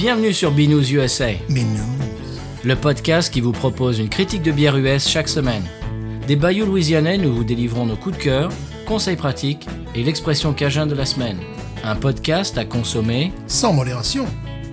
Bienvenue sur Binous USA, Binous. le podcast qui vous propose une critique de bière US chaque semaine. Des bayous louisianais, nous vous délivrons nos coups de cœur, conseils pratiques et l'expression cajun de la semaine. Un podcast à consommer Sans modération.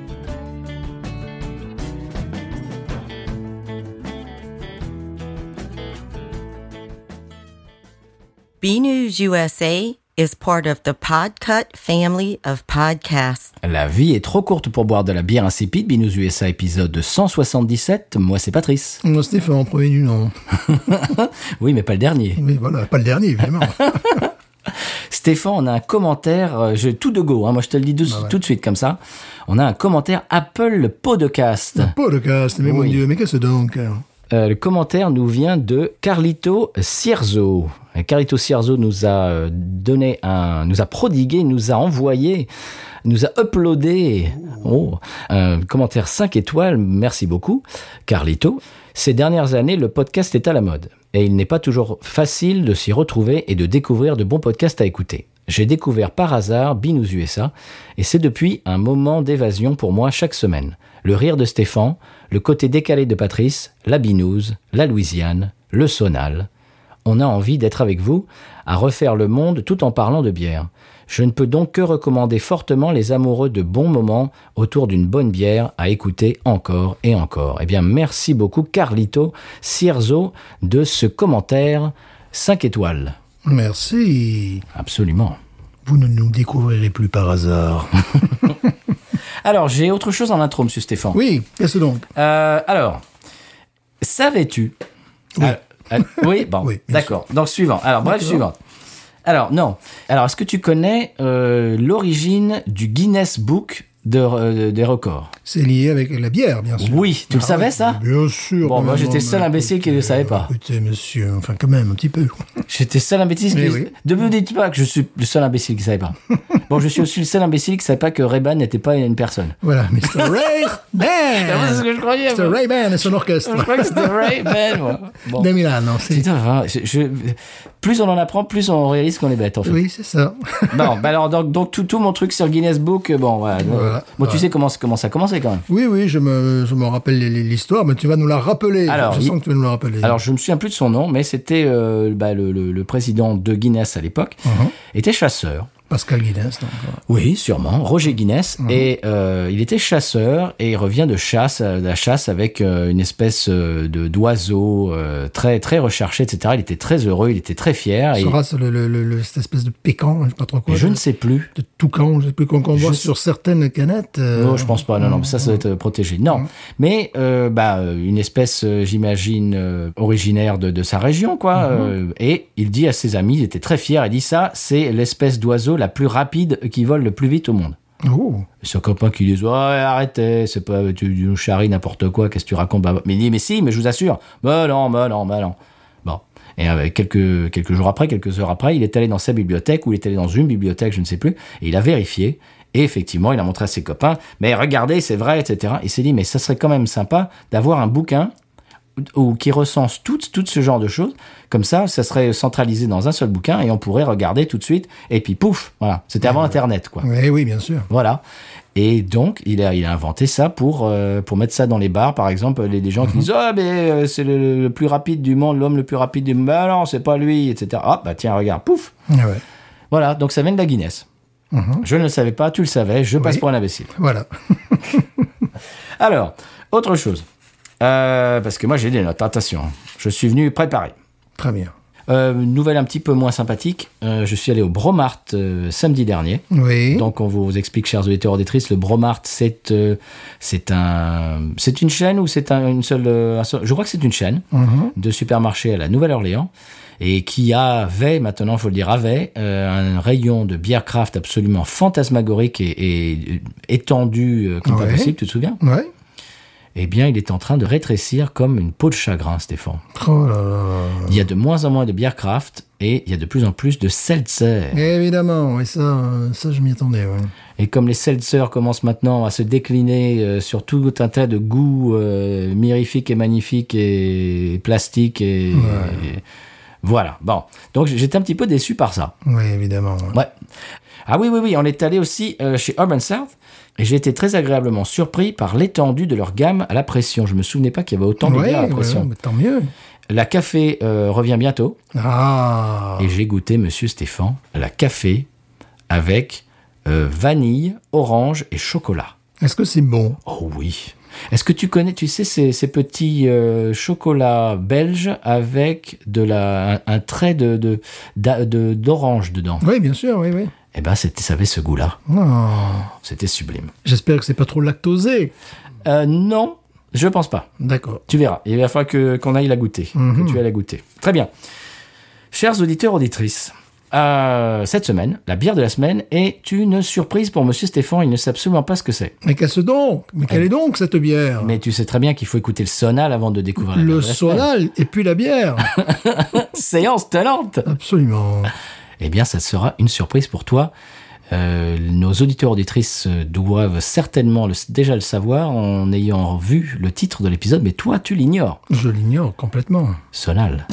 BNews USA is part of the Podcut family of podcasts. La vie est trop courte pour boire de la bière insipide. Binous USA épisode 177. Moi, c'est Patrice. Moi, Stéphane, premier du nom. Oui, mais pas le dernier. Oui, voilà, pas le dernier, évidemment. Stéphane, on a un commentaire, tout de go, moi je te le dis tout de suite comme ça. On a un commentaire Apple Podcast. Un podcast, mais mon Dieu, mais qu'est-ce donc? Le commentaire nous vient de Carlito Cierzo. Carlito Cierzo nous a prodigué, nous a envoyé, nous a uploadé un commentaire 5 étoiles. Merci beaucoup, Carlito. Ces dernières années, le podcast est à la mode. Et il n'est pas toujours facile de s'y retrouver et de découvrir de bons podcasts à écouter. J'ai découvert par hasard Binous USA et c'est depuis un moment d'évasion pour moi chaque semaine. Le rire de Stéphane, le côté décalé de Patrice, la Binous, la Louisiane, le Sonal. On a envie d'être avec vous, à refaire le monde tout en parlant de bière. Je ne peux donc que recommander fortement les amoureux de bons moments autour d'une bonne bière à écouter encore et encore. Eh bien, merci beaucoup Carlito Cierzo de ce commentaire 5 étoiles. Merci. Absolument. Vous ne nous découvrirez plus par hasard. Alors, j'ai autre chose en intro, monsieur Stéphane. Oui, qu'est-ce donc? Alors, savais-tu... Oui. Oui, bon, Oui, d'accord. Donc, suivant. Alors, bref, suivant. Alors, non. Alors, est-ce que tu connais l'origine du Guinness Book des records? C'est lié avec la bière, bien sûr. Oui, tu le savais, ça? Bien sûr. Bon, moi, j'étais le seul imbécile qui ne le savait pas. Écoutez, monsieur, enfin, quand même, un petit peu. J'étais le seul imbécile. Mais oui. Ne me dites pas que je suis le seul imbécile qui ne savait pas. Bon, je suis aussi le seul imbécile qui ne savait pas que Ray-Ban n'était pas une personne. Voilà, Mr. Ray-Ban. C'est ce que je croyais. Mr. Ray-Ban et son orchestre. Je crois que c'était Ray-Ban, moi. Bon. De Milan, non, c'est... Putain, vraiment, plus on en apprend, plus on réalise qu'on est bête, en fait. Oui, c'est ça. Bon, bah alors, donc tout mon truc sur Guinness Book, bon, voilà. Bon, tu sais comment ça a commencé, quand même. Oui, je me rappelle l'histoire, mais tu vas nous la rappeler. Alors, je sens que tu vas nous la rappeler. Alors, je me souviens plus de son nom, mais c'était le président de Guinness à l'époque, était chasseur. Pascal Guinness, donc. Oui, sûrement. Roger Guinness. Et il était chasseur et il revient de la chasse avec une espèce d'oiseau très, très recherché, etc. Il était très heureux, il était très fier. Sera-ce cette espèce de pécan, je sais pas trop quoi. Je ne sais plus. De toucan, je sais plus, qu'on voit sur certaines canettes. Non, je pense pas. Non, ça doit être protégé. Non. Mais, une espèce, j'imagine, originaire de sa région, quoi. Et il dit à ses amis, il était très fier, il dit ça, c'est l'espèce d'oiseau la plus rapide qui vole le plus vite au monde. Oh. Ses copains qui disent ouais, arrêtez, c'est pas, tu nous charries n'importe quoi, qu'est-ce que tu racontes? Mais il dit mais si, mais je vous assure. Mais non. Bon. Et quelques jours après, quelques heures après, il est allé dans sa bibliothèque ou il est allé dans une bibliothèque, je ne sais plus, et il a vérifié. Et effectivement, il a montré à ses copains, mais regardez, c'est vrai, etc. Il s'est dit mais ça serait quand même sympa d'avoir un bouquin qui recense tout ce genre de choses. Comme ça serait centralisé dans un seul bouquin et on pourrait regarder tout de suite. Et puis pouf, voilà. C'était avant Internet, quoi. Oui, bien sûr. Voilà. Et donc, il a inventé ça pour mettre ça dans les bars, par exemple, les gens qui disent mais c'est le plus rapide du monde, l'homme le plus rapide du monde. Bah non, c'est pas lui, etc. Ah bah tiens, regarde, pouf. Ouais. Voilà. Donc ça vient de la Guinness. Je ne le savais pas, tu le savais. Je passe pour un imbécile. Voilà. Alors, autre chose. Parce que moi j'ai des notes, attention, je suis venu préparé. Très bien. Nouvelle un petit peu moins sympathique, je suis allé au Bromart samedi dernier. Oui. Donc on vous explique, chers auditeurs auditrices, le Bromart c'est une chaîne ou c'est une seule, je crois que c'est une chaîne de supermarchés à la Nouvelle-Orléans et qui avait, maintenant il faut le dire, un rayon de bière craft absolument fantasmagorique et étendu comme pas possible, tu te souviens? Oui. Eh bien, il est en train de rétrécir comme une peau de chagrin, Stéphane. Oh là là. Il y a de moins en moins de bière craft et il y a de plus en plus de seltzer. Évidemment, et ça je m'y attendais, ouais. Et comme les seltzers commencent maintenant à se décliner sur tout un tas de goûts mirifiques et magnifiques et plastiques et voilà. Bon, donc j'étais un petit peu déçu par ça. Oui, évidemment. Ouais. Ah oui, on est allé aussi chez Urban South et j'ai été très agréablement surpris par l'étendue de leur gamme à la pression. Je me souvenais pas qu'il y avait autant de bières à la pression. Mais tant mieux. La café revient bientôt. Ah. Et j'ai goûté, monsieur Stéphane, la café avec vanille, orange et chocolat. Est-ce que c'est bon? Oh oui. Est-ce que tu connais, tu sais, ces petits chocolats belges avec un trait d'orange dedans? Oui, bien sûr, oui. Eh ben, ça avait ce goût-là. Oh. C'était sublime. J'espère que c'est pas trop lactosé. Non, je pense pas. D'accord. Tu verras. Il va falloir qu'on aille la goûter, que tu ailles la goûter. Très bien. Chers auditeurs, auditrices, cette semaine, la bière de la semaine est une surprise pour Monsieur Stéphane. Il ne sait absolument pas ce que c'est. Mais qu'est-ce donc? Mais quelle est donc cette bière? Mais tu sais très bien qu'il faut écouter le sonal avant de découvrir la bière Le de la semaine. sonal et puis la bière. Séance tenante. Absolument. Eh bien, ça sera une surprise pour toi. Nos auditeurs auditrices doivent certainement déjà le savoir en ayant vu le titre de l'épisode, mais toi, tu l'ignores. Je l'ignore complètement. Sonal.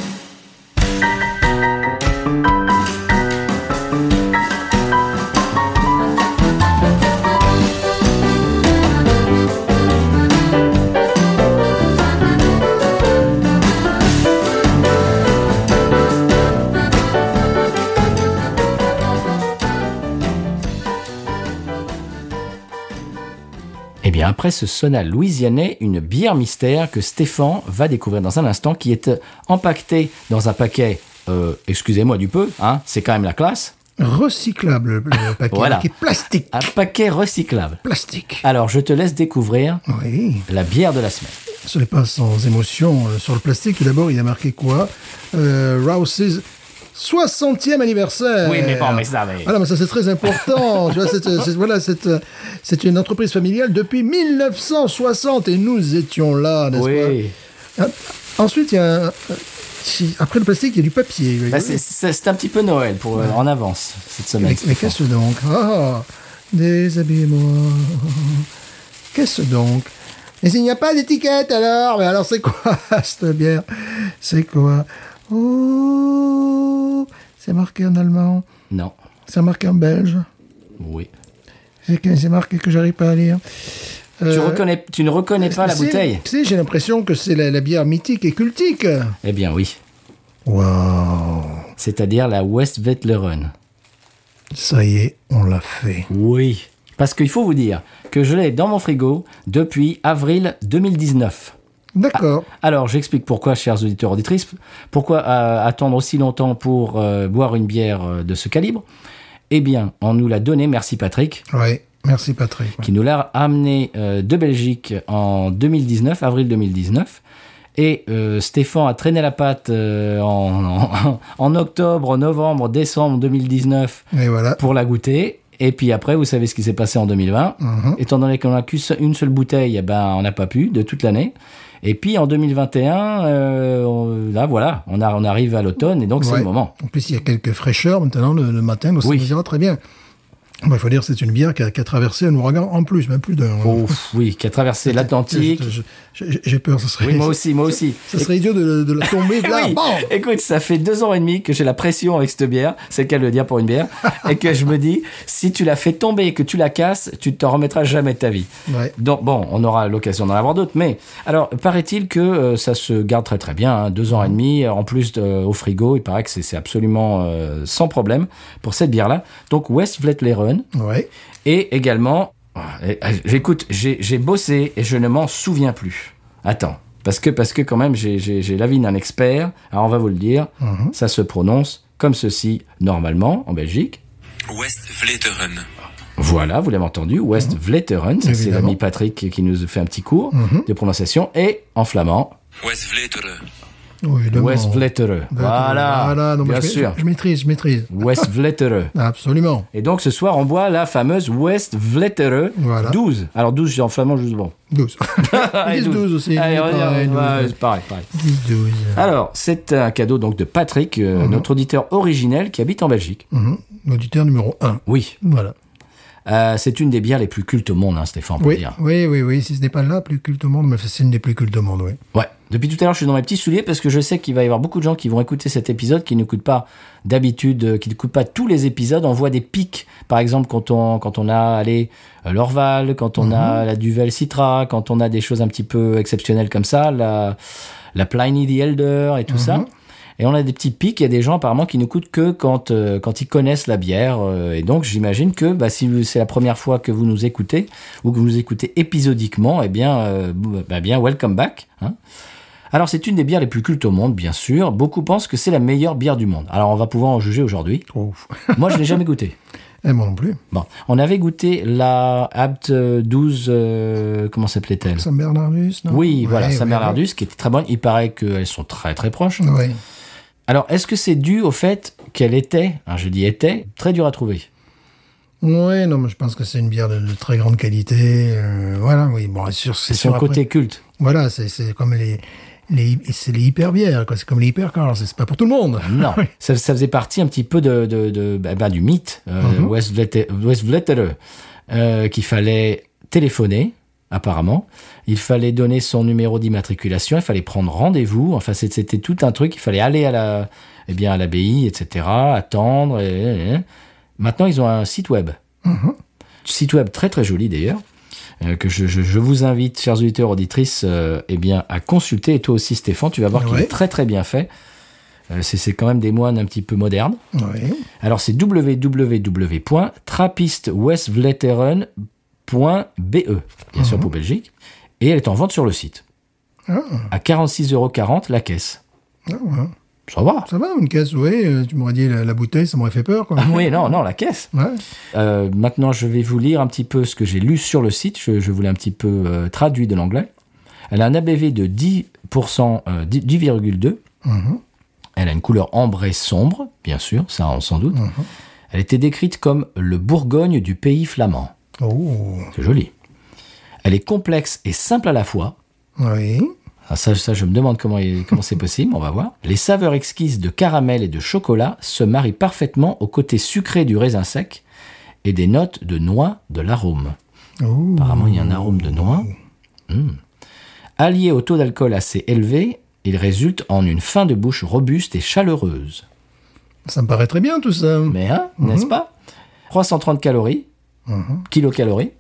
Eh bien, après ce sonal louisianais, une bière mystère que Stéphane va découvrir dans un instant, qui est empaquetée dans un paquet, excusez-moi du peu, hein, c'est quand même la classe. Recyclable, le paquet. Voilà. Qui est plastique. Un paquet recyclable. Plastique. Alors, je te laisse découvrir Oui. la bière de la semaine. Ce n'est pas sans émotion. Sur le plastique, tout d'abord, il y a marqué quoi? Rouse's 60e anniversaire. Oui, mais bon, mais ça, mais... Voilà, mais ça c'est très important. Tu vois, c'est une entreprise familiale depuis 1960 et nous étions là, n'est-ce Oui. pas? Ensuite, il y a après le plastique, il y a du papier. Bah, c'est un petit peu Noël en avance cette semaine. Mais qu'est-ce donc? Ah, déshabillez-moi. Qu'est-ce donc? Mais il n'y a pas d'étiquette alors? Mais alors c'est quoi cette bière? C'est quoi? Oh, c'est marqué en allemand. Non. C'est marqué en belge. Oui. C'est marqué que j'arrive pas à lire. Tu ne reconnais pas la bouteille? Tu sais, j'ai l'impression que c'est la bière mythique et cultique. Eh bien, oui. Waouh. C'est-à-dire la Westvleteren. Ça y est, on l'a fait. Oui. Parce qu'il faut vous dire que je l'ai dans mon frigo depuis avril 2019. D'accord. Alors, j'explique pourquoi, chers auditeurs auditrices, pourquoi attendre aussi longtemps pour boire une bière de ce calibre. Eh bien, on nous l'a donné, merci Patrick. Oui, merci Patrick. Qui nous l'a amené de Belgique en 2019, avril 2019. Et Stéphane a traîné la patte en octobre, novembre, décembre 2019 Et voilà. pour la goûter. Et puis après, vous savez ce qui s'est passé en 2020. Étant donné qu'on n'a qu'une seule bouteille, eh ben, on n'a pas pu de toute l'année. Et puis en 2021, là voilà, on arrive à l'automne et donc c'est le moment. En plus, il y a quelques fraîcheurs maintenant le matin, donc ça nous ira très bien. Il faut dire que c'est une bière qui a traversé un ouragan en plus, même plus d'un. Oh, oui, qui a traversé l'Atlantique. J'ai peur, ça serait... Oui, moi aussi. Ça serait idiot de la tomber, là, oui. Bon. Écoute, ça fait 2 ans et demi que j'ai la pression avec cette bière, c'est le cas de le dire pour une bière, et que je me dis, si tu la fais tomber et que tu la casses, tu t'en remettras jamais de ta vie. Ouais. Donc, bon, on aura l'occasion d'en avoir d'autres, mais alors, paraît-il que ça se garde très très bien, hein, 2 ans et demi, en plus au frigo, il paraît que c'est absolument sans problème pour cette bière-là. Donc, Westvleteren. Ouais. Et également, j'écoute, j'ai bossé et je ne m'en souviens plus. Attends, parce que quand même, j'ai l'avis d'un expert. Alors, on va vous le dire. Ça se prononce comme ceci, normalement, en Belgique. Westvleteren. Voilà, vous l'avez entendu, Westvleteren. Ça, c'est l'ami Patrick qui nous fait un petit cours de prononciation. Et en flamand... Westvleteren. Westvleteren. Voilà, non, bien sûr. Je maîtrise. Westvleteren. Absolument. Et donc, ce soir, on boit la fameuse Westvleteren 12. Alors, 12, en flamand, juste bon. 12. Ils disent 12 aussi. Allez, c'est pareil. Ils disent 12. Alors, c'est un cadeau donc de Patrick, notre auditeur originel qui habite en Belgique. L'auditeur numéro 1. Oui. Voilà. C'est une des bières les plus cultes au monde, hein, Stéphane, pour dire. Oui. Si ce n'est pas la plus culte au monde, mais c'est une des plus cultes au monde, oui. Ouais. Depuis tout à l'heure, je suis dans mes petits souliers parce que je sais qu'il va y avoir beaucoup de gens qui vont écouter cet épisode qui n'écoutent pas d'habitude, qui n'écoutent pas tous les épisodes. On voit des pics, par exemple, quand on a allé l'Orval, quand on a la Duvel Citra, quand on a des choses un petit peu exceptionnelles comme ça, la Pliny the Elder et tout ça. Et on a des petits pics. Il y a des gens apparemment qui n'écoutent que quand ils connaissent la bière. Et donc, j'imagine que si c'est la première fois que vous nous écoutez ou que vous nous écoutez épisodiquement, eh bien, welcome back. Hein. Alors, c'est une des bières les plus cultes au monde, bien sûr. Beaucoup pensent que c'est la meilleure bière du monde. Alors, on va pouvoir en juger aujourd'hui. Moi, je l'ai jamais goûté. Et moi non plus. Bon, on avait goûté la Abt 12, comment s'appelait-elle ? Saint Bernardus, non ? Oui, voilà, Saint Bernardus, qui était très bonne. Il paraît qu'elles sont très très proches. Oui. Alors, est-ce que c'est dû au fait qu'elle était, je dis était, très dure à trouver ? Oui, non, mais je pense que c'est une bière de très grande qualité. Voilà, oui. Bon, c'est son côté culte. Voilà, c'est comme c'est les hyper bières, quoi. C'est comme les hyper cars. C'est pas pour tout le monde. Non, ça faisait partie un petit peu du mythe West Vlettere, qu'il fallait téléphoner. Apparemment, il fallait donner son numéro d'immatriculation, il fallait prendre rendez-vous. Enfin, c'était tout un truc. Il fallait aller à l'abbaye, etc., attendre. Maintenant, ils ont un site web. Site web très très joli d'ailleurs, que je vous invite, chers auditeurs, auditrices, à consulter. Et toi aussi, Stéphane, tu vas voir qu'il est très très bien fait. C'est quand même des moines un petit peu modernes. Oui. Alors, c'est www.trappistwestvleteren.be, bien sûr pour Belgique, et elle est en vente sur le site. À 46,40€ la caisse. Ah, ouais. Ça va. Ça va, une caisse, oui. Tu m'aurais dit la bouteille, ça m'aurait fait peur, quoi. Oui, non, la caisse. Ouais. Maintenant, je vais vous lire un petit peu ce que j'ai lu sur le site. Je vous l'ai un petit peu traduit de l'anglais. Elle a un ABV de 10%, 10,2. Elle a une couleur ambrée sombre, bien sûr, ça on s'en doute. Elle était décrite comme le Bourgogne du pays flamand. Oh. C'est joli. Elle est complexe et simple à la fois. Oui. Ça, je me demande comment c'est possible, on va voir. Les saveurs exquises de caramel et de chocolat se marient parfaitement au côté sucré du raisin sec et des notes de noix de l'arôme. Oh. Apparemment, il y a un arôme de noix. Allié au taux d'alcool assez élevé, il résulte en une fin de bouche robuste et chaleureuse. Ça me paraît très bien, tout ça. Mais, n'est-ce pas ? 330 calories, kilocalories,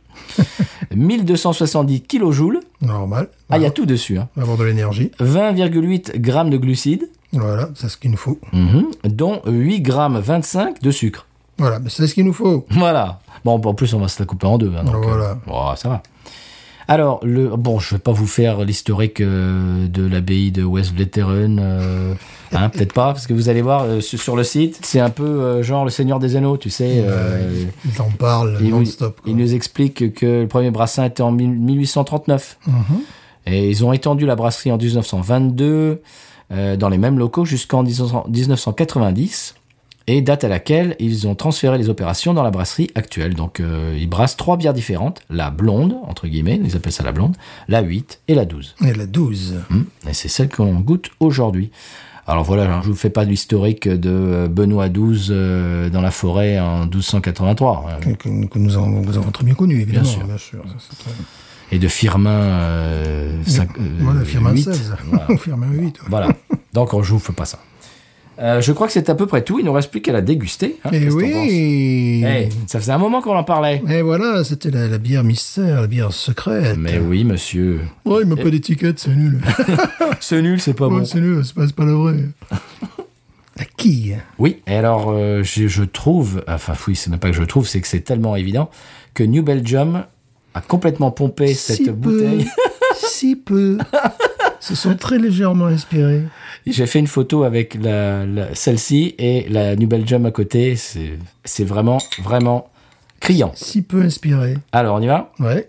1270 kilojoules. Normal. Ah, il y a tout dessus. On va avoir de l'énergie. 20,8 grammes de glucides. Voilà, c'est ce qu'il nous faut. Dont 8 grammes 25 de sucre. Voilà, mais c'est ce qu'il nous faut. Voilà. Bon, en plus, on va se la couper en deux. Donc, voilà. Ça va. Alors, je ne vais pas vous faire l'historique de l'abbaye de West Vleteren. Peut-être pas, parce que vous allez voir sur le site, c'est un peu genre le Seigneur des Anneaux, tu sais. Ils en parlent non-stop. Il nous explique que le premier brassin était en 1839. Et ils ont étendu la brasserie en 1922 dans les mêmes locaux jusqu'en 1990. Et date à laquelle ils ont transféré les opérations dans la brasserie actuelle. Donc, ils brassent 3 bières différentes. La blonde, entre guillemets, ils appellent ça la blonde, la 8 et la 12. Et la 12. Et c'est celle qu'on goûte aujourd'hui. Alors voilà, je ne vous fais pas de l'historique de Benoît XII dans la forêt en 1283. Que nous avons très bien connu, évidemment. Bien sûr. Ça, c'est très... Et de Firmin Firmin 8. 16. Voilà. Firmin 8. Ouais. Voilà. Donc, je ne vous fais pas ça. Je crois que c'est à peu près tout. Il ne nous reste plus qu'à la déguster. Et oui. Ça faisait un moment qu'on en parlait. Et voilà, c'était la bière mystère, la bière secrète. Mais oui, monsieur. Oh, il m'a pas d'étiquette, c'est nul. C'est nul, c'est pas bon. C'est nul, c'est pas la vraie. La quille. Oui, et alors je trouve, c'est même pas que je trouve, c'est que c'est tellement évident que New Belgium a complètement pompé cette bouteille. Si peu. Se sont très légèrement inspirés. J'ai fait une photo avec celle-ci et la New Belgium à côté. C'est vraiment, vraiment criant. Si peu inspiré. Alors, on y va ? Ouais.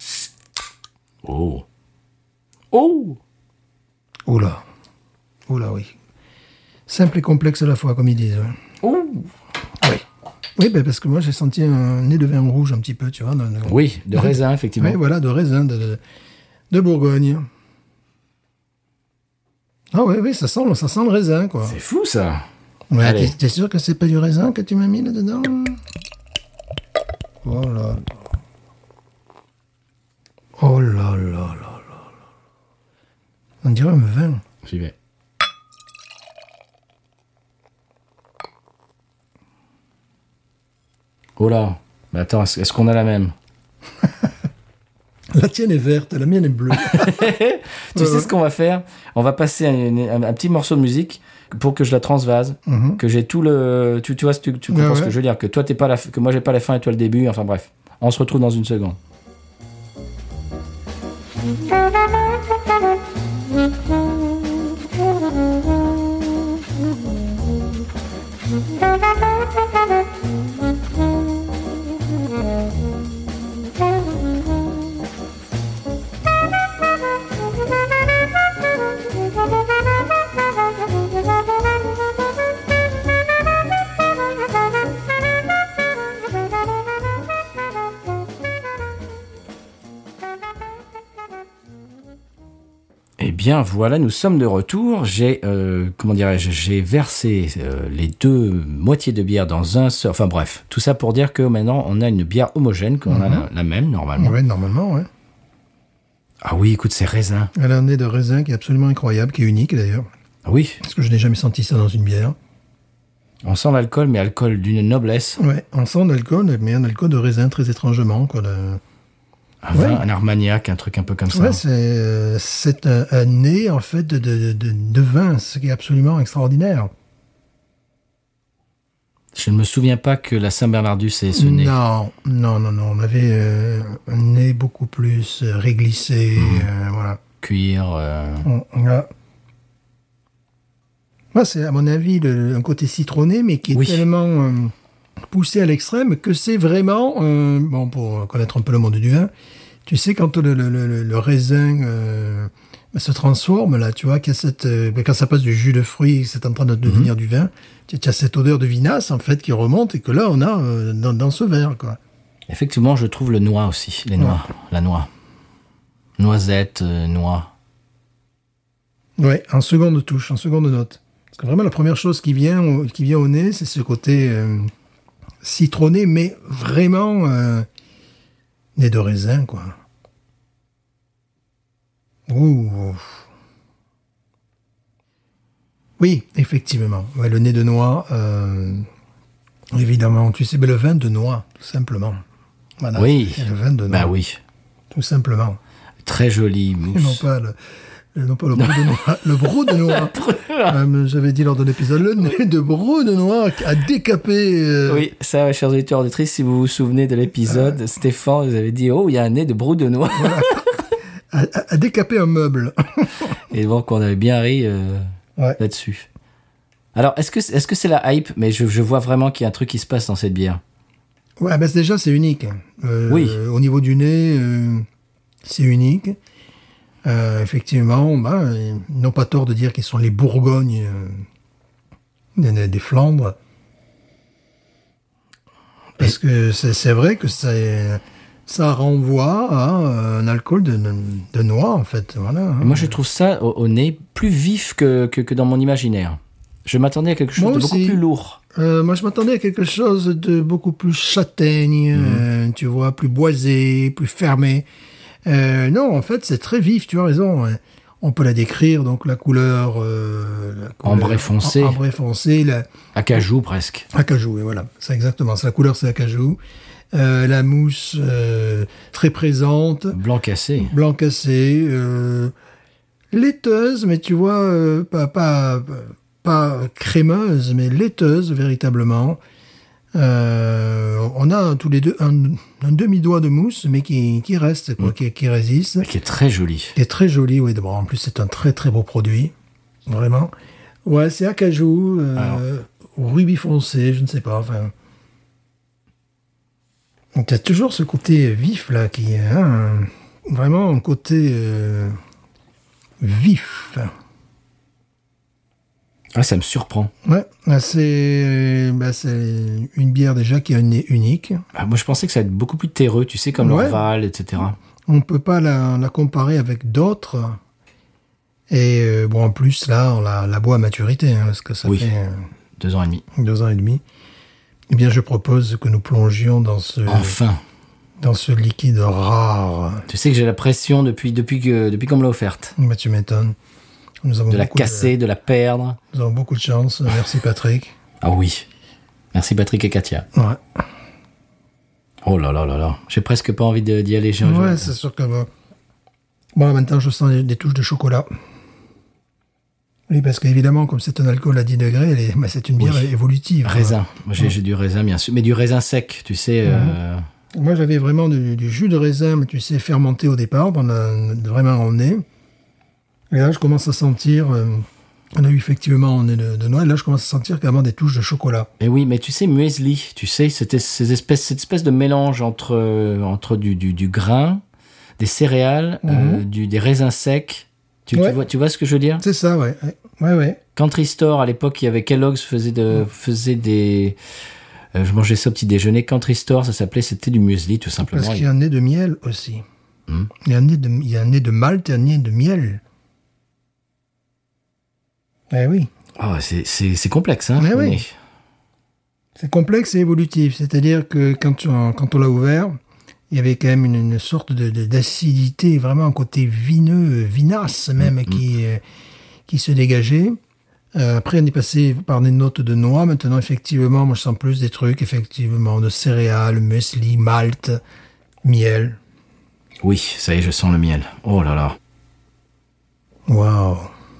Oh, Oula, oui. Simple et complexe à la fois, comme ils disent. Oh. Oui, parce que moi, j'ai senti un nez de vin rouge un petit peu, tu vois. Oui, de raisin, effectivement. Oui, voilà, de raisin de Bourgogne. Ah oui, ça sent le raisin, quoi. C'est fou, ça. Ouais, t'es sûr que c'est pas du raisin que tu m'as mis là-dedans ? Voilà. Oh là là là là. dirait un vin. J'y vais. Oh là. Mais attends, est-ce qu'on a la même? La tienne est verte, la mienne est bleue. Tu sais ce qu'on va faire? On va passer un petit morceau de musique pour que je la transvase, que j'ai tout le... Tu vois, tu comprends ce que je veux dire, que toi, que moi, j'ai pas la fin et toi le début, enfin bref. On se retrouve dans une seconde. Eh bien, voilà, nous sommes de retour. J'ai versé les deux moitiés de bière dans un seul... Enfin bref, tout ça pour dire que maintenant, on a une bière homogène, qu'on a la même, normalement. Ouais, normalement, ouais. Ah oui, écoute, c'est raisin. Elle a un nez de raisin qui est absolument incroyable, qui est unique d'ailleurs. Ah oui. Parce que je n'ai jamais senti ça dans une bière. On sent l'alcool, mais alcool d'une noblesse. Ouais, on sent l'alcool, mais un alcool de raisin très étrangement, quoi. Un vin, un Armagnac, un truc un peu comme ça. Ouais, c'est un nez, en fait, de vin, ce qui est absolument extraordinaire. Je ne me souviens pas que la Saint-Bernardus ait ce nez. Non. On avait un nez beaucoup plus réglissé, voilà. Cuir. Moi, c'est, à mon avis, un côté citronné, mais qui est tellement poussé à l'extrême que c'est vraiment... bon, pour connaître un peu le monde du vin, tu sais, quand le raisin se transforme, là, tu vois, qu'il y a quand ça passe du jus de fruits, c'est en train de devenir du vin, tu as cette odeur de vinasse, en fait, qui remonte et que là, on a dans ce verre, quoi. Effectivement, je trouve le noix aussi, les noix, la noix. Noisette, noix. Ouais, en seconde touche, en seconde note. Parce que vraiment, la première chose qui vient au nez, c'est ce côté citronné, mais vraiment nez de raisin, quoi. Ouh. Oui, effectivement. Ouais, le nez de noix, évidemment. Tu sais, mais le vin de noix, tout simplement. Voilà. Oui. Le vin de noix. Bah oui. Tout simplement. Très jolie mousse. Et non pas le brou de noix. Le brou de noix. J'avais dit lors de l'épisode, le nez de brou de noix a décapé. Oui, ça, chers auditeurs auditrices, si vous vous souvenez de l'épisode, Stéphane, vous avez dit, oh, il y a un nez de brou de noix. Voilà. a décapé un meuble. Et donc, on avait bien ri là-dessus. Alors, est-ce que c'est la hype? Mais je vois vraiment qu'il y a un truc qui se passe dans cette bière. Ouais, ben déjà, c'est unique. Oui. Au niveau du nez, c'est unique. Effectivement, ils n'ont pas tort de dire qu'ils sont les Bourgognes des Flandres. Parce que c'est vrai que ça renvoie à un alcool de noix, en fait. Voilà. Moi, je trouve ça au nez plus vif que dans mon imaginaire. Je m'attendais à quelque chose de beaucoup plus lourd. Moi, je m'attendais à quelque chose de beaucoup plus châtaigne, tu vois, plus boisé, plus fermé. Non, en fait, c'est très vif, tu as raison. On peut la décrire, donc la couleur ambré foncé. Ambré foncé. Acajou, presque. Acajou, et voilà. C'est exactement ça. La couleur, c'est acajou. La mousse très présente. Blanc cassé. Blanc cassé. Laiteuse, mais tu vois, pas crémeuse, mais laiteuse, véritablement. On a tous les deux un demi-doigt de mousse, mais qui reste, quoi, qui résiste. Et qui est très joli. Qui est très joli, oui. Bon, en plus, c'est un très très beau produit, vraiment. Ouais, c'est acajou, rubis foncé, je ne sais pas. Enfin, donc il y a toujours ce côté vif là, qui est vraiment un côté vif. Ah, ça me surprend. Ouais, c'est une bière déjà qui a un nez unique. Ah, moi, je pensais que ça allait être beaucoup plus terreux, tu sais, comme l'Orval, etc. On ne peut pas la comparer avec d'autres. Et bon, en plus, là, on la boit à maturité, parce que ça fait 2 ans et demi. 2 ans et demi. Eh bien, je propose que nous plongions dans ce... Enfin. Dans ce liquide rare. Tu sais que j'ai la pression depuis qu'on me l'a offerte. Bah, tu m'étonnes. Nous avons de la beaucoup casser, de la perdre. Nous avons beaucoup de chance. Merci Patrick. Ah oui. Merci Patrick et Katia. Ouais. Oh là là là là. J'ai presque pas envie d'y aller. Ouais, c'est sûr que bon, maintenant je sens des touches de chocolat. Oui, parce qu'évidemment, comme c'est un alcool à 10 degrés, c'est une bière évolutive. Raisin. J'ai du raisin, bien sûr. Mais du raisin sec, tu sais. Moi, j'avais vraiment du jus de raisin, mais tu sais, fermenté au départ, vraiment en nez. Et là, je commence à sentir... on a eu effectivement un nez de noix, et là, je commence à sentir carrément des touches de chocolat. Et oui, mais tu sais, muesli, tu sais, c'était cette espèce de mélange entre du grain, des céréales, des raisins secs. Tu vois ce que je veux dire? C'est ça, ouais. Ouais. Country Store, à l'époque, il y avait Kellogg's faisait des... je mangeais ça au petit déjeuner. Country Store, c'était du muesli, tout simplement. Parce qu'il y a un nez de miel aussi. Il y a un nez de malt et un nez de miel. Eh oui. Oh, c'est complexe, hein? Eh oui. C'est complexe et évolutif. C'est-à-dire que quand on l'a ouvert, il y avait quand même une sorte d'acidité, vraiment un côté vineux, vinasse même, qui se dégageait. Après, on est passé par des notes de noix. Maintenant, effectivement, moi, je sens plus des trucs, effectivement, de céréales, muesli, malt, miel. Oui, ça y est, je sens le miel. Oh là là. Waouh.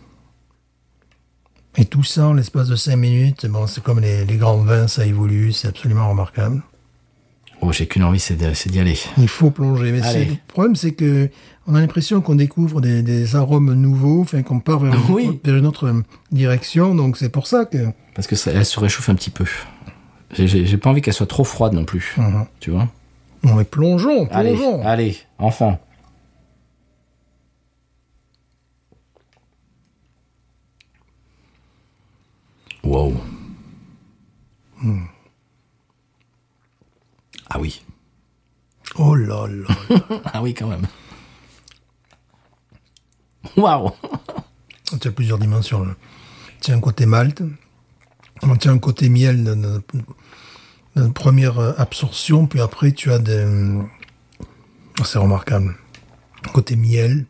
Et tout ça en l'espace de 5 minutes, bon, c'est comme les grands vins, ça évolue, c'est absolument remarquable. Oh, j'ai qu'une envie, c'est d'y aller. Il faut plonger. Mais le problème, c'est que on a l'impression qu'on découvre des arômes nouveaux, enfin qu'on part vers une autre direction. Donc c'est pour ça que... Parce que elle se réchauffe un petit peu. J'ai pas envie qu'elle soit trop froide non plus. Tu vois? Non mais plongeons. Allez, enfin. Wow. Ah oui. Oh là là. Ah oui, quand même. Waouh. Tu as plusieurs dimensions, là. Tu as un côté malt, tu as un côté miel de première absorption, puis après tu as des... C'est remarquable. Côté miel.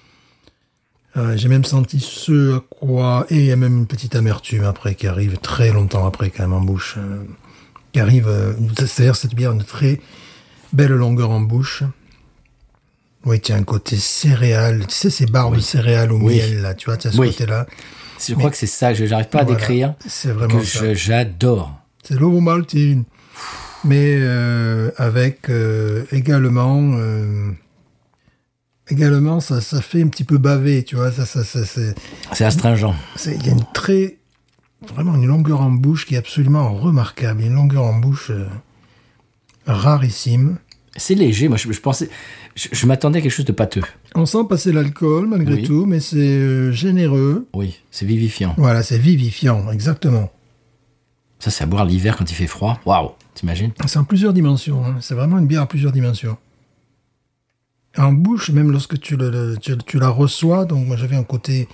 J'ai même senti ce à quoi... Et il y a même une petite amertume après, qui arrive très longtemps après, quand même, en bouche. Qui arrive... C'est-à-dire cette bière, une très belle longueur en bouche. Oui, tu as un côté céréales. Tu sais, ces barres de céréales au miel, là, tu vois, tu as ce côté-là. Je crois que c'est ça, j'arrive pas à décrire. C'est vraiment que ça. J'adore. C'est l'ovomaltine. Mais avec également... Également, ça fait un petit peu baver, tu vois. C'est astringent. Il y a vraiment une longueur en bouche qui est absolument remarquable. Une longueur en bouche rarissime. C'est léger. Moi, je pensais... Je m'attendais à quelque chose de pâteux. On sent passer l'alcool, malgré tout, mais c'est généreux. Oui, c'est vivifiant. Voilà, c'est vivifiant, exactement. Ça, c'est à boire l'hiver quand il fait froid. Waouh, t'imagines? C'est en plusieurs dimensions. Hein. C'est vraiment une bière à plusieurs dimensions. En bouche, même lorsque tu la reçois, donc moi j'avais un côté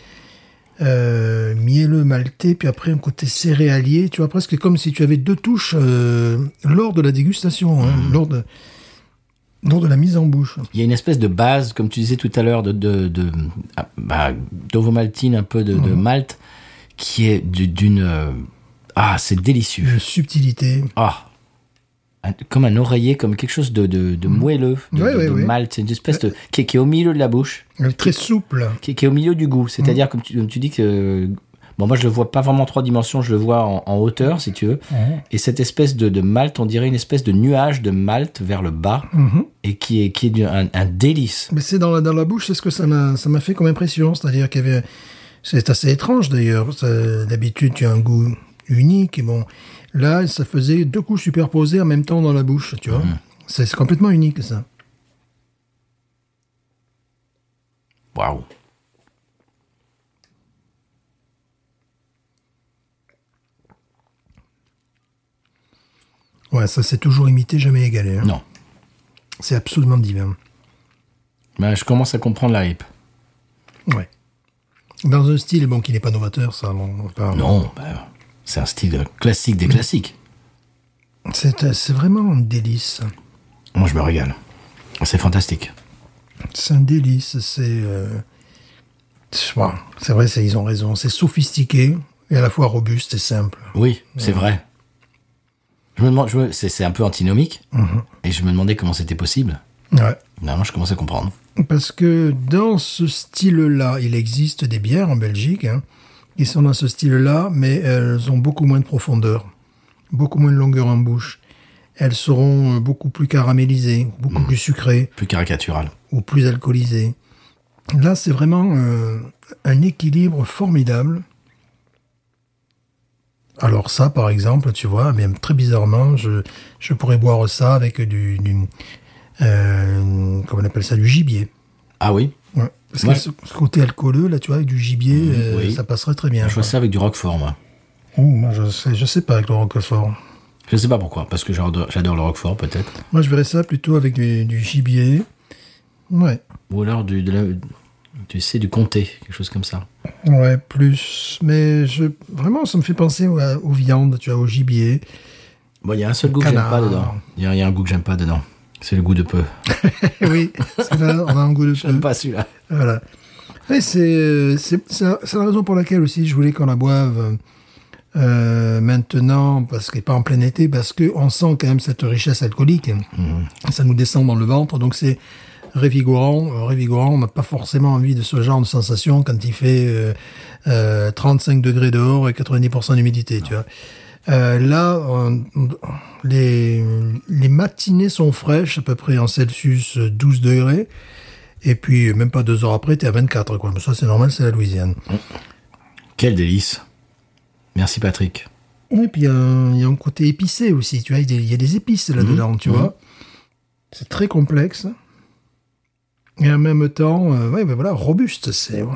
mielleux, maltais, puis après un côté céréalier, tu vois, presque comme si tu avais deux touches lors de la dégustation, lors de la mise en bouche. Il y a une espèce de base, comme tu disais tout à l'heure, d'ovomaltine, un peu de malt, qui est d'une... c'est délicieux. Une subtilité. Comme un oreiller, comme quelque chose de moelleux, de malt. C'est une espèce de... qui est au milieu de la bouche. Très souple. Qui est au milieu du goût. C'est-à-dire, comme tu dis que... Bon, moi, je le vois pas vraiment en 3 dimensions, je le vois en hauteur, si tu veux. Et cette espèce de malt, on dirait une espèce de nuage de malt vers le bas, et qui est un délice. Mais c'est dans la bouche, c'est ce que ça m'a fait comme impression. C'est-à-dire qu'il y avait... C'est assez étrange, d'ailleurs. D'habitude, tu as un goût unique, et bon... Là, ça faisait 2 coups superposés en même temps dans la bouche, tu vois. C'est complètement unique, ça. Waouh. Ouais, ça c'est toujours imité, jamais égalé. Hein. Non. C'est absolument divin. Ben, je commence à comprendre la hype. Ouais. Dans un style, qui n'est pas novateur, ça. Non, c'est un style classique des classiques. C'est vraiment un délice. Moi, je me régale. C'est fantastique. C'est un délice. Bon, c'est vrai, ils ont raison. C'est sophistiqué et à la fois robuste et simple. Oui, c'est vrai. Je me demande, c'est un peu antinomique, et je me demandais comment c'était possible. Ouais. Maintenant, je commence à comprendre. Parce que dans ce style-là, il existe des bières en Belgique qui sont dans ce style-là, mais elles ont beaucoup moins de profondeur, beaucoup moins de longueur en bouche. Elles seront beaucoup plus caramélisées, beaucoup plus sucrées. Plus caricatural. Ou plus alcoolisées. Là, c'est vraiment un équilibre formidable. Alors ça, par exemple, tu vois, mais très bizarrement, je pourrais boire ça avec comment on appelle ça, du gibier. Ah oui. Ouais. Parce que ce côté alcooleux, là, tu vois, avec du gibier, oui. ça passerait très bien. Je vois ça avec du roquefort, moi. Moi, je sais pas avec le roquefort. Je sais pas pourquoi, parce que j'adore le roquefort, peut-être. Moi, je verrais ça plutôt avec du gibier. Ouais. Ou alors du comté, quelque chose comme ça. Ouais, plus. Mais vraiment, ça me fait penser aux viandes, tu vois, au gibier. Bon, il y a un seul goût que j'aime pas dedans. Il y a un goût que j'aime pas dedans. C'est le goût de peu. Oui, c'est là, on a un goût de peu. J'aime pas celui-là. Voilà. Et c'est la raison pour laquelle aussi je voulais qu'on la boive maintenant, parce qu'elle n'est pas en plein été, parce qu'on sent quand même cette richesse alcoolique. Ça nous descend dans le ventre, donc c'est révigorant. Révigorant, on n'a pas forcément envie de ce genre de sensation quand il fait 35 degrés dehors et 90% d'humidité, tu vois. Là, les matinées sont fraîches, à peu près en Celsius 12 degrés. Et puis, même pas 2 heures après, t'es à 24, quoi. Mais ça, c'est normal, c'est la Louisiane. Quel délice. Merci, Patrick. Et puis, il y a un côté épicé aussi, tu vois. Il y a des épices là-dedans, tu vois. C'est très complexe. Et en même temps, robuste.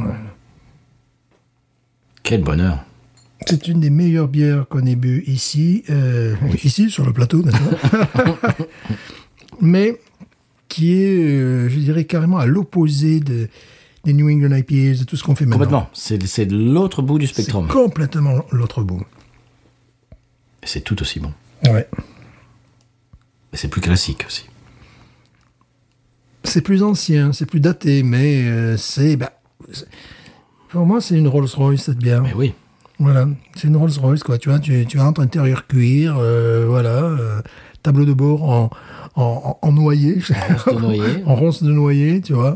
Quel bonheur. C'est une des meilleures bières qu'on ait bu ici, ici, sur le plateau, d'accord. Mais qui est, je dirais, carrément à l'opposé des New England IPAs, de tout ce qu'on fait maintenant. Complètement. C'est de l'autre bout du spectrum. C'est complètement l'autre bout. Et c'est tout aussi bon. Ouais. Et c'est plus classique aussi. C'est plus ancien, c'est plus daté, mais pour moi, c'est une Rolls-Royce, cette bière. Mais oui. Voilà, c'est une Rolls-Royce, quoi. Tu vois, tu rentres intérieur cuir, tableau de bord en noyer. En ronce de noyer, tu vois.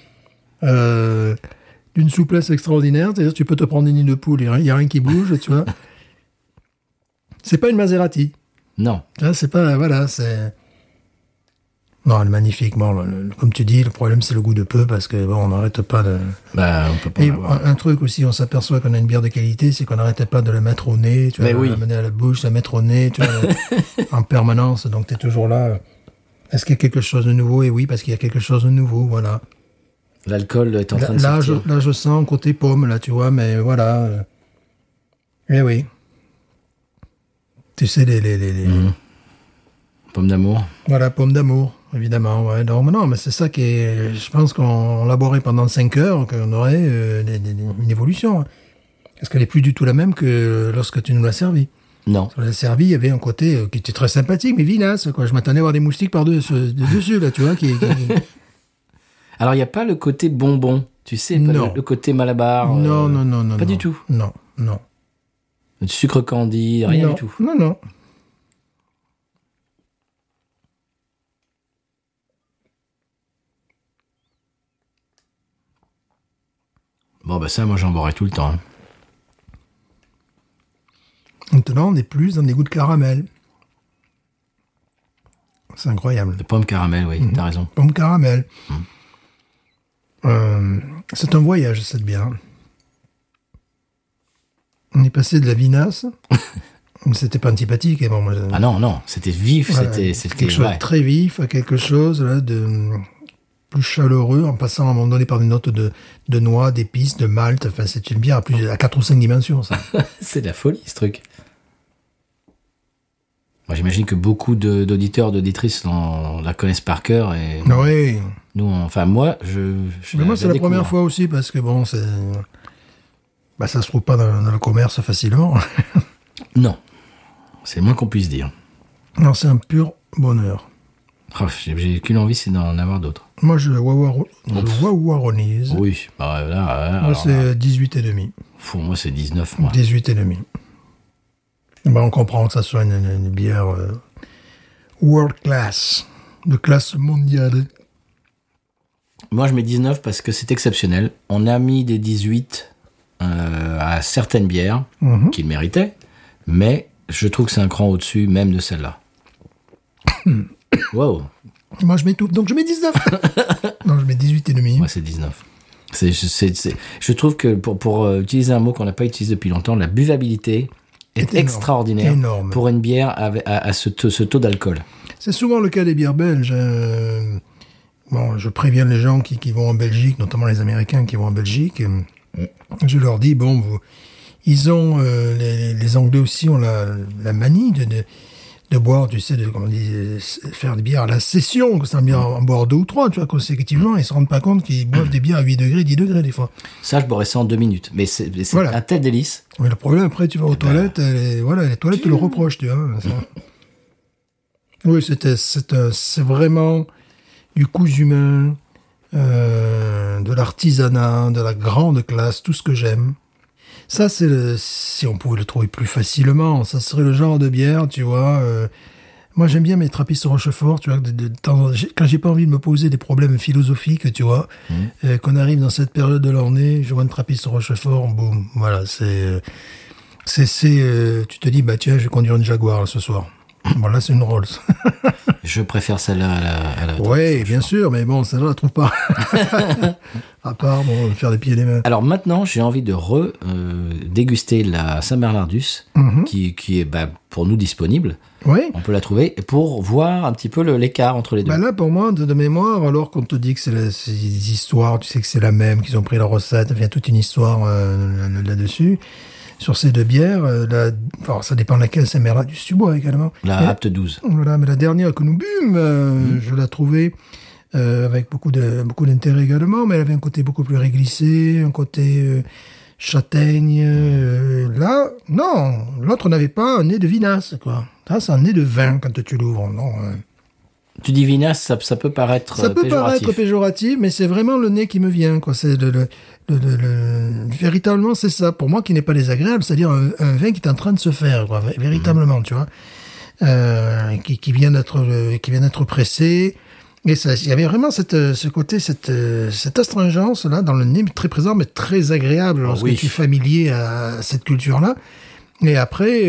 D'une souplesse extraordinaire. C'est-à-dire, tu peux te prendre une nid de poule, il n'y a rien qui bouge, tu vois. C'est pas une Maserati. Non. C'est pas, c'est... Non, elle est magnifique. Bon, comme tu dis, le problème, c'est le goût de peu, parce que bon, on n'arrête pas de... On peut pas. Et un truc aussi, on s'aperçoit qu'on a une bière de qualité, c'est qu'on n'arrêtait pas de la mettre au nez, tu vois, la mener à la bouche, la mettre au nez, tu vois, en permanence. Donc, t'es toujours là. Est-ce qu'il y a quelque chose de nouveau? Et oui, parce qu'il y a quelque chose de nouveau, voilà. L'alcool est en train de sortir. Là, je sens côté pomme, là, tu vois, mais voilà. Eh oui. Tu sais, Pomme d'amour. Voilà, pomme d'amour, évidemment. Ouais. Donc, non, mais c'est ça qui est... Je pense qu'on la boirait pendant 5 heures, qu'on aurait une évolution. Parce qu'elle n'est plus du tout la même que lorsque tu nous l'as servi. Non. Sur la servie, il y avait un côté qui était très sympathique, mais vinasse, quoi. Je m'attendais à voir des moustiques dessus, là, tu vois. Alors, il n'y a pas le côté bonbon, tu sais, Non. le côté Malabar. Non. Pas du tout. Non. Le sucre candy, rien du tout. Non. Bon, ça, moi, j'en boirais tout le temps. Hein. Maintenant, on est plus dans des goûts de caramel. C'est incroyable. De pomme caramel, oui, t'as raison. Pomme caramel. C'est un voyage, cette bière. On est passé de la vinasse, mais c'était pas antipathique. Et bon, moi, Ah non, c'était vif, voilà, c'était quelque chose de très vif, à quelque chose là, de plus chaleureux, en passant à un moment donné par des notes de noix, d'épices, de malt. Enfin, c'est une bière à 4 ou 5 dimensions, ça. C'est de la folie, ce truc. Moi, j'imagine que beaucoup d'auditeurs, d'auditrices la connaissent par cœur. Et oui. Nous, moi, mais moi, c'est la première fois aussi, parce que bon, c'est... ça se trouve pas dans le commerce facilement. Non. C'est le moins qu'on puisse dire. Non, c'est un pur bonheur. Oh, j'ai qu'une envie, c'est d'en avoir d'autres. Moi, je wawaronise. Oui, bah, là, Moi, c'est 18,5. Pour moi, c'est 19, moi. 18,5. Ben, on comprend que ça soit une bière world class, de classe mondiale. Moi, je mets 19 parce que c'est exceptionnel. On a mis des 18 à certaines bières qui le méritaient, mais je trouve que c'est un cran au-dessus même de celle-là. Wow. Moi, je mets tout. Donc, je mets 19. Non, je mets 18,5. Moi, c'est 19. Je trouve que pour utiliser un mot qu'on n'a pas utilisé depuis longtemps, la buvabilité est extraordinaire pour une bière à ce taux d'alcool. C'est souvent le cas des bières belges. Bon, je préviens les gens qui vont en Belgique, notamment les Américains qui vont en Belgique. Je leur dis, bon, ils ont, les Anglais aussi ont la manie de boire, tu sais, comment on dit, faire des bières à la session, que c'est un bière en boire 2 ou 3, tu vois, consécutivement, ils se rendent pas compte qu'ils boivent des bières à 8 degrés, 10 degrés, des fois. Ça, je boirais ça en 2 minutes. Mais c'est voilà. Un tel délice. Mais le problème, après, tu vas aux toilettes, les toilettes te le reprochent, tu vois. Oui, c'est vraiment du cousu humain, de l'artisanat, de la grande classe, tout ce que j'aime. Ça, si on pouvait le trouver plus facilement, ça serait le genre de bière, tu vois. Moi, j'aime bien mes trappistes Rochefort, tu vois, quand j'ai pas envie de me poser des problèmes philosophiques, tu vois, qu'on arrive dans cette période de l'année, je vois une trappiste Rochefort, boum, voilà, tu te dis, bah tiens, je vais conduire une Jaguar là, ce soir. Bon, là, c'est une Rolls. Je préfère celle-là à la oui, bien sûr, mais bon, celle-là, je la trouve pas. À part, bon, faire des pieds et des mains. Alors maintenant, j'ai envie de déguster la Saint-Bernardus, qui est pour nous disponible. Oui. On peut la trouver pour voir un petit peu l'écart entre les deux. Bah là, pour moi, de mémoire, alors qu'on te dit que c'est des histoires, tu sais que c'est la même, qu'ils ont pris la recette, il y a toute une histoire là-dessus. Sur ces deux bières, alors ça dépend de laquelle, c'est Merladus du bois également. La Apt 12. Voilà, mais la dernière que nous bûmes, je la trouvais avec beaucoup d'intérêt également, mais elle avait un côté beaucoup plus réglissé, un côté châtaigne. Là, non, l'autre n'avait pas un nez de vinasse, quoi. Ça, c'est un nez de vin quand tu l'ouvres, non. Tu dis vinasse, ça peut paraître péjoratif. Ça peut paraître péjoratif, mais c'est vraiment le nez qui me vient, quoi. C'est véritablement, c'est ça. Pour moi, qui n'est pas désagréable, c'est-à-dire un vin qui est en train de se faire, quoi. Véritablement, tu vois. Qui vient d'être pressé. Et ça, il y avait vraiment ce côté, cette astringence, là, dans le nez, très présent, mais très agréable lorsque tu es familier à cette culture-là. Et après,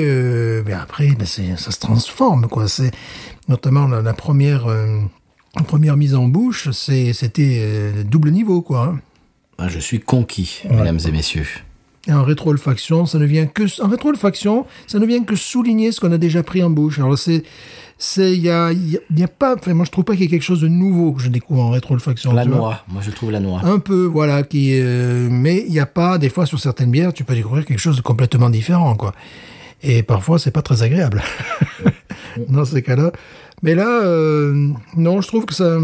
ça se transforme, quoi. C'est, notamment, la première mise en bouche, c'était double niveau, quoi. Hein. Ah, je suis conquis, mesdames et messieurs. Et en rétro-olfaction, ça ne vient que souligner ce qu'on a déjà pris en bouche. Alors il y a pas, enfin, moi je trouve pas qu'il y ait quelque chose de nouveau que je découvre en rétro-olfaction. La noix, moi je trouve la noix. Un peu, voilà, mais il y a pas, des fois sur certaines bières, tu peux découvrir quelque chose de complètement différent, quoi. Et parfois c'est pas très agréable dans ces cas-là. Mais là, non, je trouve que ça.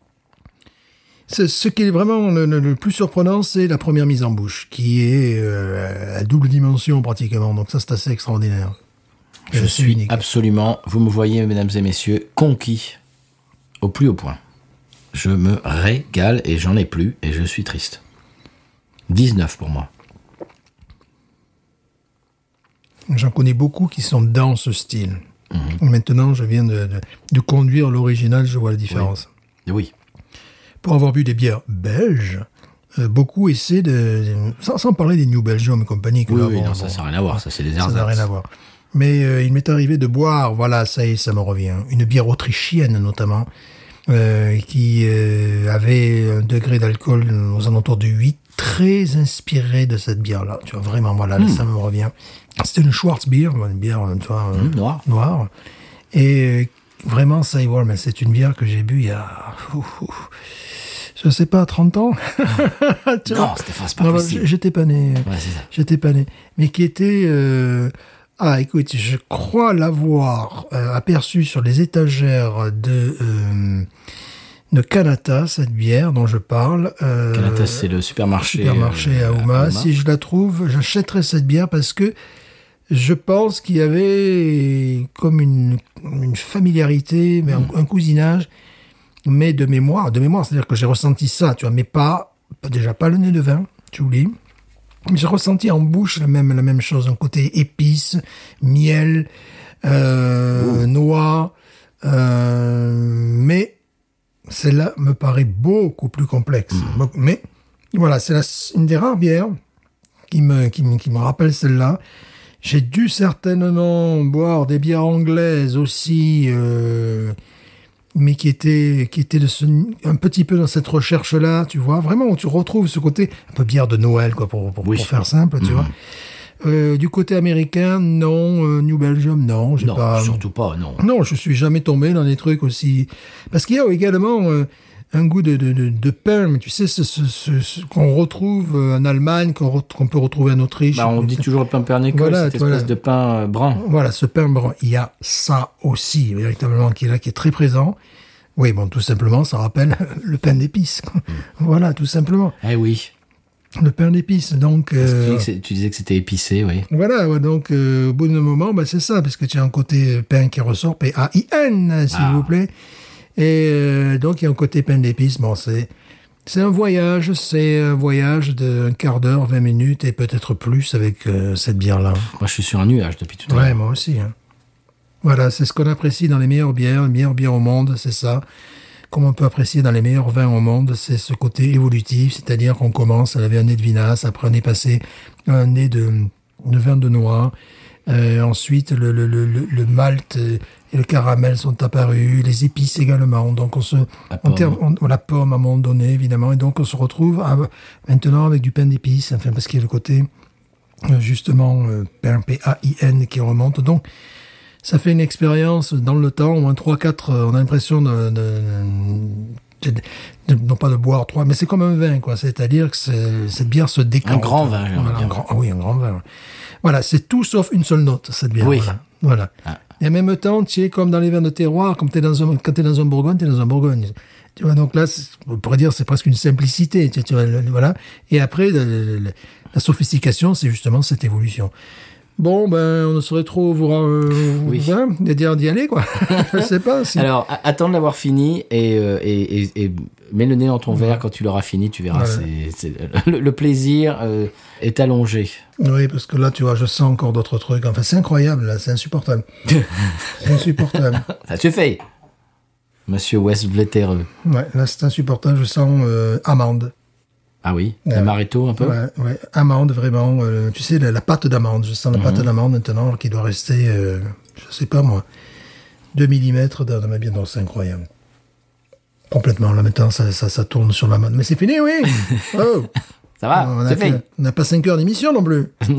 Ce qui est vraiment le plus surprenant, c'est la première mise en bouche, qui est à double dimension pratiquement. Donc ça, c'est assez extraordinaire. Je suis unique. Absolument, vous me voyez, mesdames et messieurs, conquis au plus haut point. Je me régale et j'en ai plus et je suis triste. 19 pour moi. J'en connais beaucoup qui sont dans ce style. Maintenant, je viens de conduire l'original, je vois la différence. Oui. Pour avoir bu des bières belges, beaucoup essaient sans parler des New Belgium et compagnie. Non, ça n'a rien à voir, ça c'est des ersatz. Ça n'a rien à voir. Mais il m'est arrivé de boire, voilà, ça y est, ça me revient, une bière autrichienne notamment, qui avait un degré d'alcool aux alentours de 8, très inspiré de cette bière-là. Tu vois, vraiment, voilà, ça me revient. C'était une Schwarzbier, une bière, tu vois, noire. Et vraiment, ça y est, mais c'est une bière que j'ai bu il y a... je sais pas, 30 ans. Non, Stéphane, c'est pas possible. J'étais pas né. Ouais, c'est ça. J'étais pas né. Mais qui était... écoute, je crois l'avoir aperçu sur les étagères de Kanata, cette bière dont je parle. Kanata, c'est le supermarché. À Houma. Si je la trouve, j'achèterai cette bière parce que je pense qu'il y avait comme une familiarité, mais un cousinage mais de mémoire, c'est-à-dire que j'ai ressenti ça, tu vois, mais déjà pas le nez de vin, tu oublies. Mais j'ai ressenti en bouche la même chose, un côté épice, miel, noix, mais celle-là me paraît beaucoup plus complexe. Mais voilà, c'est une des rares bières qui me rappelle celle-là. J'ai dû certainement boire des bières anglaises aussi, mais qui étaient un petit peu dans cette recherche-là, tu vois, vraiment où tu retrouves ce côté un peu bière de Noël, quoi, pour faire simple, tu vois. Du côté américain, non. New Belgium, non. Surtout pas, non. Non, je suis jamais tombé dans des trucs aussi... Parce qu'il y a également un goût de pain, mais tu sais, ce qu'on retrouve en Allemagne, qu'on peut retrouver en Autriche. On dit toujours le pain Pernecke, cette espèce de pain brun. Voilà, ce pain brun. Il y a ça aussi, véritablement, qui est très présent. Oui, bon, tout simplement, ça rappelle le pain d'épices. Voilà, tout simplement. Eh oui. Le pain d'épices, donc... Tu disais que c'était épicé, oui. Voilà, ouais, donc au bout d'un moment, c'est ça, parce que tu as un côté pain qui ressort, P-A-I-N, s'il vous plaît. Et donc, il y a un côté pain d'épices. Bon, c'est un voyage d'un quart d'heure, 20 minutes, et peut-être plus avec cette bière-là. Moi, je suis sur un nuage depuis tout à l'heure. Ouais, moi aussi. Hein. Voilà, c'est ce qu'on apprécie dans les meilleures bières au monde, c'est ça. Comme on peut apprécier dans les meilleurs vins au monde, c'est ce côté évolutif, c'est-à-dire qu'on commence, on avait un nez de vinasse, après on est passé à un nez de vin de noix, ensuite le malt et le caramel sont apparus, les épices également, donc la pomme à un moment donné, évidemment, et donc on se retrouve maintenant avec du pain d'épices, enfin, parce qu'il y a le côté, justement, pain, P-A-I-N, qui remonte, donc ça fait une expérience dans le temps, au moins 3-4, on a l'impression non pas de boire 3, mais c'est comme un vin, quoi. C'est-à-dire que cette bière se décante. Un grand vin. Voilà, un grand vin. Voilà, c'est tout sauf une seule note, cette bière. Oui. Voilà. Ah. Et en même temps, tu es comme dans les vins de terroir, quand t'es dans un Bourgogne, t'es dans un Bourgogne. Tu vois, donc là, on pourrait dire, c'est presque une simplicité, tu vois, voilà. Et après, la sophistication, c'est justement cette évolution. Bon, on ne saurait trop vous dire d'y aller, quoi. Je sais pas. Alors, attends de l'avoir fini et mets le nez dans ton verre quand tu l'auras fini, tu verras. Voilà. Le plaisir est allongé. Oui, parce que là, tu vois, je sens encore d'autres trucs. Enfin, c'est incroyable, là, c'est insupportable. C'est insupportable. Ça suffit, Monsieur West Vlettereux. Ouais, là, c'est insupportable. Je sens amande. Ah oui, amaretto un peu. Ouais, amande vraiment. Tu sais, la pâte d'amande. Je sens la pâte d'amande maintenant qui doit rester, je sais pas moi, 2 mm dans ma bière. Non, c'est incroyable. Complètement. Là maintenant, ça tourne sur la mode. Mais c'est fini, oui. Oh. Ça va. C'est fini. On n'a pas 5 heures d'émission non plus. Non.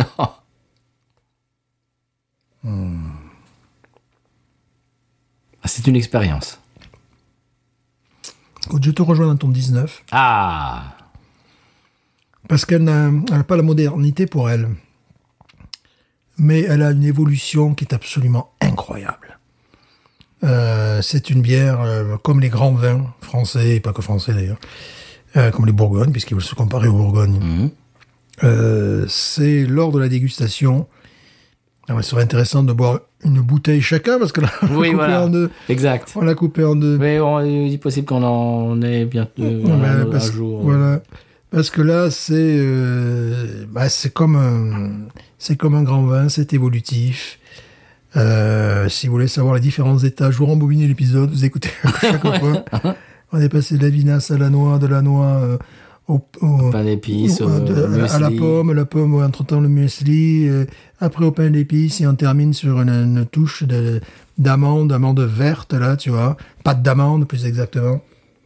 C'est une expérience. Écoute, je te rejoins dans ton 19. Ah. Parce qu'elle n'a pas la modernité pour elle. Mais elle a une évolution qui est absolument incroyable. C'est une bière comme les grands vins français, et pas que français d'ailleurs, comme les Bourgognes, puisqu'ils veulent se comparer aux Bourgognes. C'est lors de la dégustation. Alors, il serait intéressant de boire une bouteille chacun, parce que là, on l'a coupé en deux. Exact. On l'a coupé en deux. Mais il est possible qu'on en ait bientôt un jour. Voilà. Parce que là, c'est comme un grand vin, c'est évolutif. Si vous voulez savoir les différents étages, vous rembobinez l'épisode, vous écoutez chaque fois. On est passé de la vinasse à la noix, de la noix au pain d'épices, à la pomme, entre-temps le muesli, après au pain d'épices, et on termine sur une touche d'amande verte, là, tu vois. Pâte d'amande, plus exactement.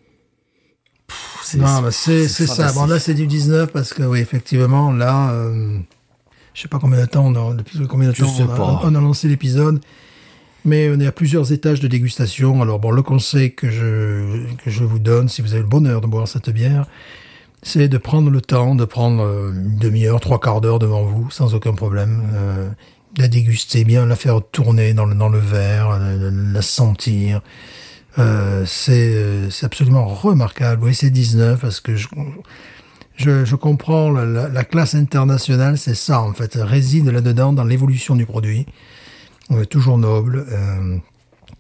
C'est ça. Bon, là, c'est du 19 parce que, oui, effectivement, là, je sais pas combien de temps on a lancé l'épisode, mais on est à plusieurs étages de dégustation. Alors, bon, le conseil que je vous donne, si vous avez le bonheur de boire cette bière, c'est de prendre le temps, de prendre une demi-heure, 3/4 d'heure devant vous, sans aucun problème, de la déguster bien, la faire tourner dans le verre, la sentir. C'est absolument remarquable. Oui, c'est 19 parce que je comprends la classe internationale, c'est ça en fait, réside là-dedans dans l'évolution du produit, toujours noble,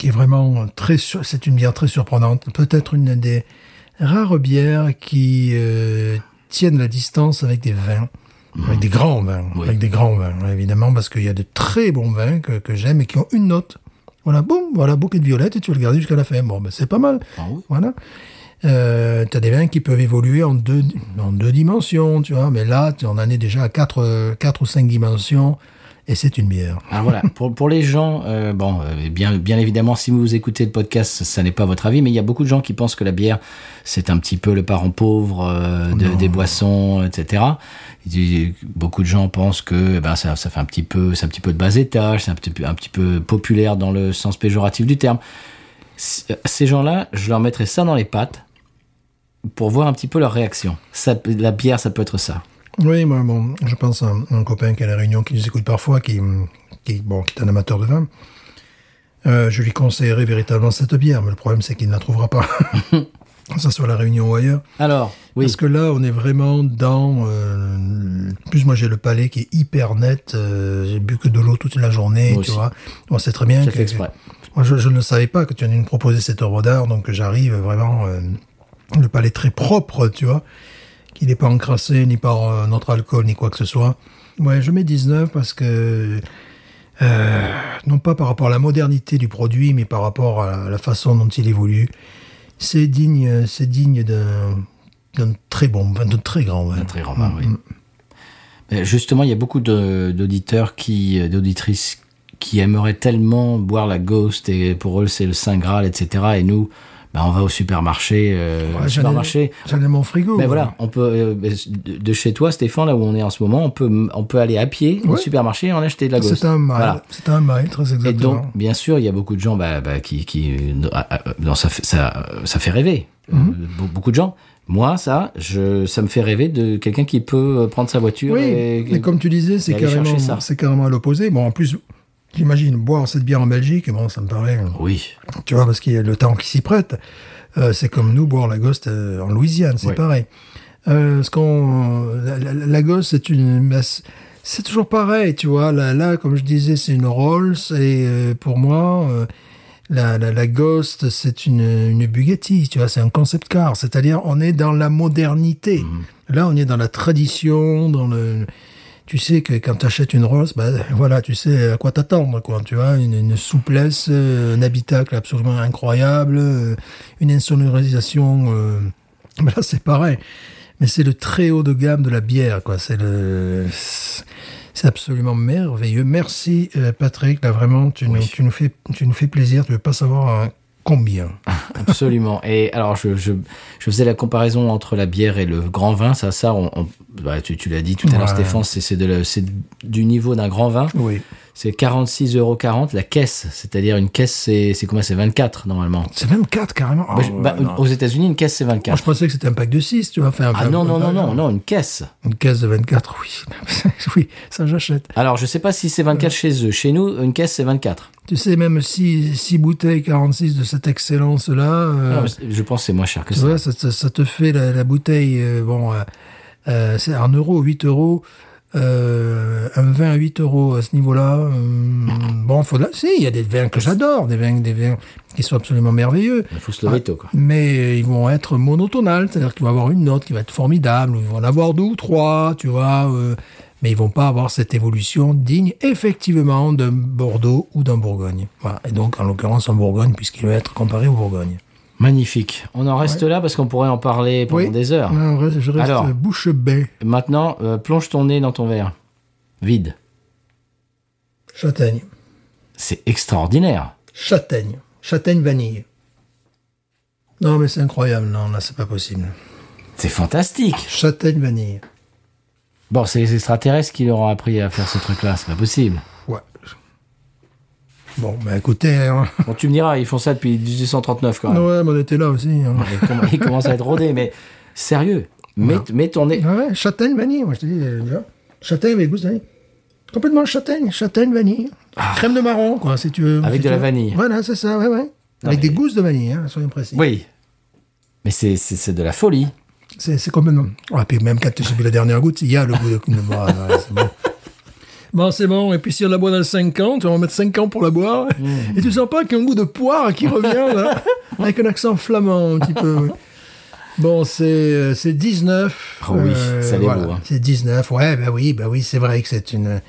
qui est vraiment c'est une bière très surprenante. Peut-être une des rares bières qui tiennent la distance avec des vins. Avec des grands vins, évidemment, parce qu'il y a de très bons vins que j'aime et qui ont une note. Voilà, bouquet de violettes et tu vas le garder jusqu'à la fin. Bon, ben c'est pas mal. Ah oui. Voilà. T'as des vins qui peuvent évoluer en deux dimensions, tu vois, mais là, on en est déjà à 4 ou 5 dimensions. Et c'est une bière. Alors voilà, pour les gens, bien évidemment, si vous écoutez le podcast, ça n'est pas votre avis, mais il y a beaucoup de gens qui pensent que la bière, c'est un petit peu le parent pauvre des boissons, etc. Beaucoup de gens pensent que ça fait un petit peu de bas étage, c'est un petit peu populaire dans le sens péjoratif du terme. Ces gens-là, je leur mettrais ça dans les pattes pour voir un petit peu leur réaction. La bière, ça peut être ça. Oui, moi, je pense à un copain qui a la Réunion, qui nous écoute parfois, qui est un amateur de vin. Je lui conseillerais véritablement cette bière, mais le problème, c'est qu'il ne la trouvera pas. Que ce soit à la Réunion ou ailleurs. Alors, oui. Parce que là, on est vraiment dans... plus, moi, j'ai le palais qui est hyper net. J'ai bu que de l'eau toute la journée, tu vois. Bon, c'est très bien. J'ai fait exprès. Moi, je ne savais pas que tu allais me proposer cette œuvre d'art, donc j'arrive vraiment... le palais très propre, tu vois. Qu'il n'est pas encrassé ni par notre alcool ni quoi que ce soit. Ouais, je mets 19 parce que non pas par rapport à la modernité du produit, mais par rapport à la façon dont il évolue. C'est digne d'un très bon, d'un très grand vin. Un très grand vin, oui. Mais justement, il y a beaucoup d'auditeurs d'auditrices qui aimeraient tellement boire la Ghost et pour eux c'est le Saint Graal, etc. Et nous, on va au supermarché. J'en ai mon frigo. Mais voilà, on peut de chez toi, Stéphane, là où on est en ce moment, on peut aller à pied au supermarché et en acheter de la Ghost. C'est un mile, voilà. C'est un mile, très exactement. Et donc, bien sûr, il y a beaucoup de gens qui ça fait rêver. Beaucoup de gens. Moi, ça me fait rêver de quelqu'un qui peut prendre sa voiture et comme tu disais, c'est carrément à l'opposé. Bon, en plus, j'imagine boire cette bière en Belgique, ça me paraît... Oui. Tu vois, parce qu'il y a le temps qui s'y prête. C'est comme nous, boire la Ghost en Louisiane, c'est pareil. La Ghost, c'est toujours pareil, tu vois. Là, comme je disais, c'est une Rolls, et pour moi, la Ghost, c'est une Bugatti, tu vois, c'est un concept car. C'est-à-dire, on est dans la modernité. Là, on est dans la tradition, dans le... Tu sais que quand tu achètes une Rolls, voilà, tu sais à quoi t'attendre, quoi. Tu vois, une souplesse, un habitacle absolument incroyable, une insonorisation. Là, c'est pareil. Mais c'est le très haut de gamme de la bière, quoi. C'est absolument merveilleux. Merci, Patrick. Là, vraiment, tu nous fais plaisir. Tu veux pas savoir combien. Absolument. Et alors, je faisais la comparaison entre la bière et le grand vin. Tu l'as dit tout à l'heure, Stéphane, c'est du niveau d'un grand vin. Oui. C'est 46,40 € la caisse. C'est-à-dire une caisse, c'est combien? C'est 24 normalement. C'est 24 carrément. Aux États-Unis, une caisse, c'est 24. Moi, je pensais que c'était un pack de 6, tu vois. Non, une caisse. Une caisse de 24, oui. Oui, ça j'achète. Alors, je sais pas si c'est 24 chez eux. Chez nous, une caisse, c'est 24. Tu sais, même 6 bouteilles 46 de cette excellence-là... je pense que c'est moins cher que ça. Vois, ça te fait la bouteille, c'est 1 euro, 8 €. Un vin à 8 € à ce niveau-là. Il y a des vins que j'adore, des vins qui sont absolument merveilleux. Il faut se lever tôt, quoi. Mais ils vont être monotonales, c'est-à-dire qu'ils vont avoir une note qui va être formidable, ils vont en avoir 2 ou 3, tu vois, mais ils vont pas avoir cette évolution digne, effectivement, d'un Bordeaux ou d'un Bourgogne. Voilà. Et donc, en l'occurrence, un Bourgogne, puisqu'il va être comparé au Bourgogne. Magnifique. On en reste là parce qu'on pourrait en parler pendant des heures. Non, je reste bouche bée. Maintenant, plonge ton nez dans ton verre. Vide. Châtaigne. C'est extraordinaire. Châtaigne vanille. Non, mais c'est incroyable. Non, là, c'est pas possible. C'est fantastique. Châtaigne vanille. Bon, c'est les extraterrestres qui leur ont appris à faire ce truc-là. C'est pas possible. Ouais. Bon, écoutez... Bon, tu me diras, ils font ça depuis 1839, quand même. Ouais, mais on était là aussi. Ils commencent à être rodés, mais sérieux, mets ton nez... Ouais, châtaigne, vanille, moi je te dis, déjà. Châtaigne avec goût de vanille. Complètement châtaigne, vanille. Crème de marron, quoi, si tu veux. Avec de la vanille. Voilà, c'est ça, ouais. Avec des gousses de vanille, soyons précis. Oui. Mais c'est de la folie. C'est complètement... puis même quand j'ai bu la dernière goutte, il y a le goût de... c'est bon. Bon, c'est bon. Et puis si on la boit dans 5 ans, tu vas en mettre 5 ans pour la boire. Et tu sens pas qu'il y a un goût de poire qui revient, là, avec un accent flamand, un petit peu. Oui. Bon, c'est 19. Oh oui, ça l'est beau. Hein. C'est 19, ouais, bah oui, c'est vrai que c'est une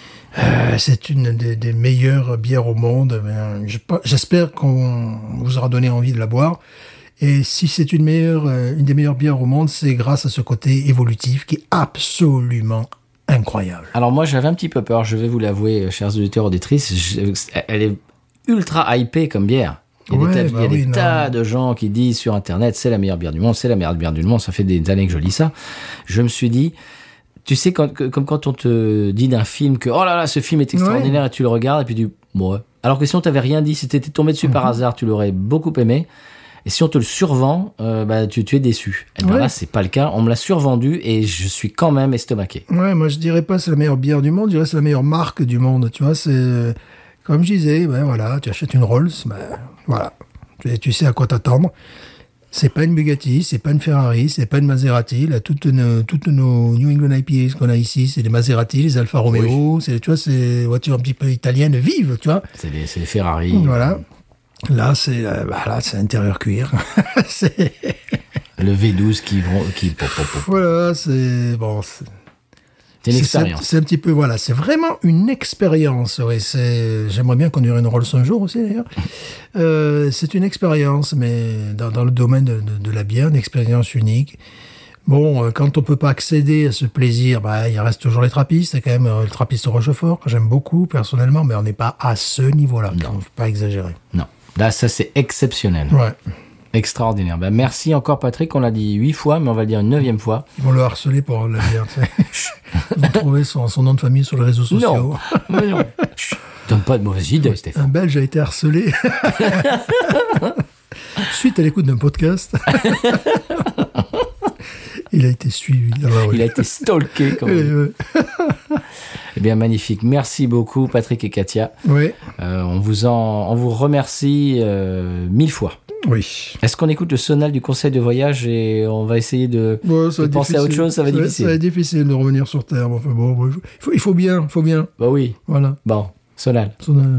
des meilleures bières au monde. Ben, j'espère qu'on vous aura donné envie de la boire. Et si c'est une des meilleures bières au monde, c'est grâce à ce côté évolutif qui est absolument incroyable. Alors moi, j'avais un petit peu peur, je vais vous l'avouer, chers auditeurs auditrices, elle est ultra hypée comme bière. Il y a des tas de gens qui disent sur Internet, c'est la meilleure bière du monde, c'est la meilleure bière du monde. Ça fait des années que je lis ça. Je me suis dit, tu sais, comme quand on te dit d'un film que, oh là là, ce film est extraordinaire, et tu le regardes, et puis tu dis, ouais. Alors que si on t'avait rien dit, si t'étais tombé dessus par hasard, tu l'aurais beaucoup aimé. Et si on te le survend, tu es déçu. Et là, c'est pas le cas. On me l'a survendu et je suis quand même estomaqué. Ouais, moi, je dirais pas c'est la meilleure bière du monde, je dirais c'est la meilleure marque du monde. Tu vois, c'est, comme je disais, ben voilà, tu achètes une Rolls, ben voilà. Tu sais à quoi t'attendre. C'est pas une Bugatti, c'est pas une Ferrari, c'est pas une Maserati. Là, toutes nos New England IPAs qu'on a ici, c'est des Maserati, les Alfa Romeo. Tu vois, c'est des voitures un petit peu italiennes, vives, tu vois. C'est des Ferrari. Voilà. Là, c'est intérieur cuir. C'est le V12 qui voilà, c'est bon. C'est une expérience. C'est un petit peu voilà, c'est vraiment une expérience. Oui, j'aimerais bien conduire une Rolls un jour aussi d'ailleurs. C'est une expérience, mais dans le domaine de la bière, une expérience unique. Bon, quand on peut pas accéder à ce plaisir, il reste toujours les trappistes. C'est quand même le trappiste au Rochefort que j'aime beaucoup personnellement, mais on n'est pas à ce niveau-là. Non, faut pas exagérer. Non. Là, ça, c'est exceptionnel. Ouais. Extraordinaire. Merci encore, Patrick. On l'a dit 8 fois, mais on va le dire une 9e fois. Ils vont le harceler pour la bière. Vous trouvez son nom de famille sur les réseaux sociaux. Non. Donne pas de mauvaises idées, Stéphane. Un Belge a été harcelé suite à l'écoute d'un podcast. Il a été suivi. Il a été stalké. Eh bien, magnifique. Merci beaucoup, Patrick et Katia. Oui. On vous remercie 1000 fois. Oui. Est-ce qu'on écoute le sonal du conseil de voyage et on va essayer de penser à autre chose? Ça va être difficile. Ça va être difficile de revenir sur Terre. Enfin, bon, il faut bien. Bah oui. Voilà. Bon, sonal.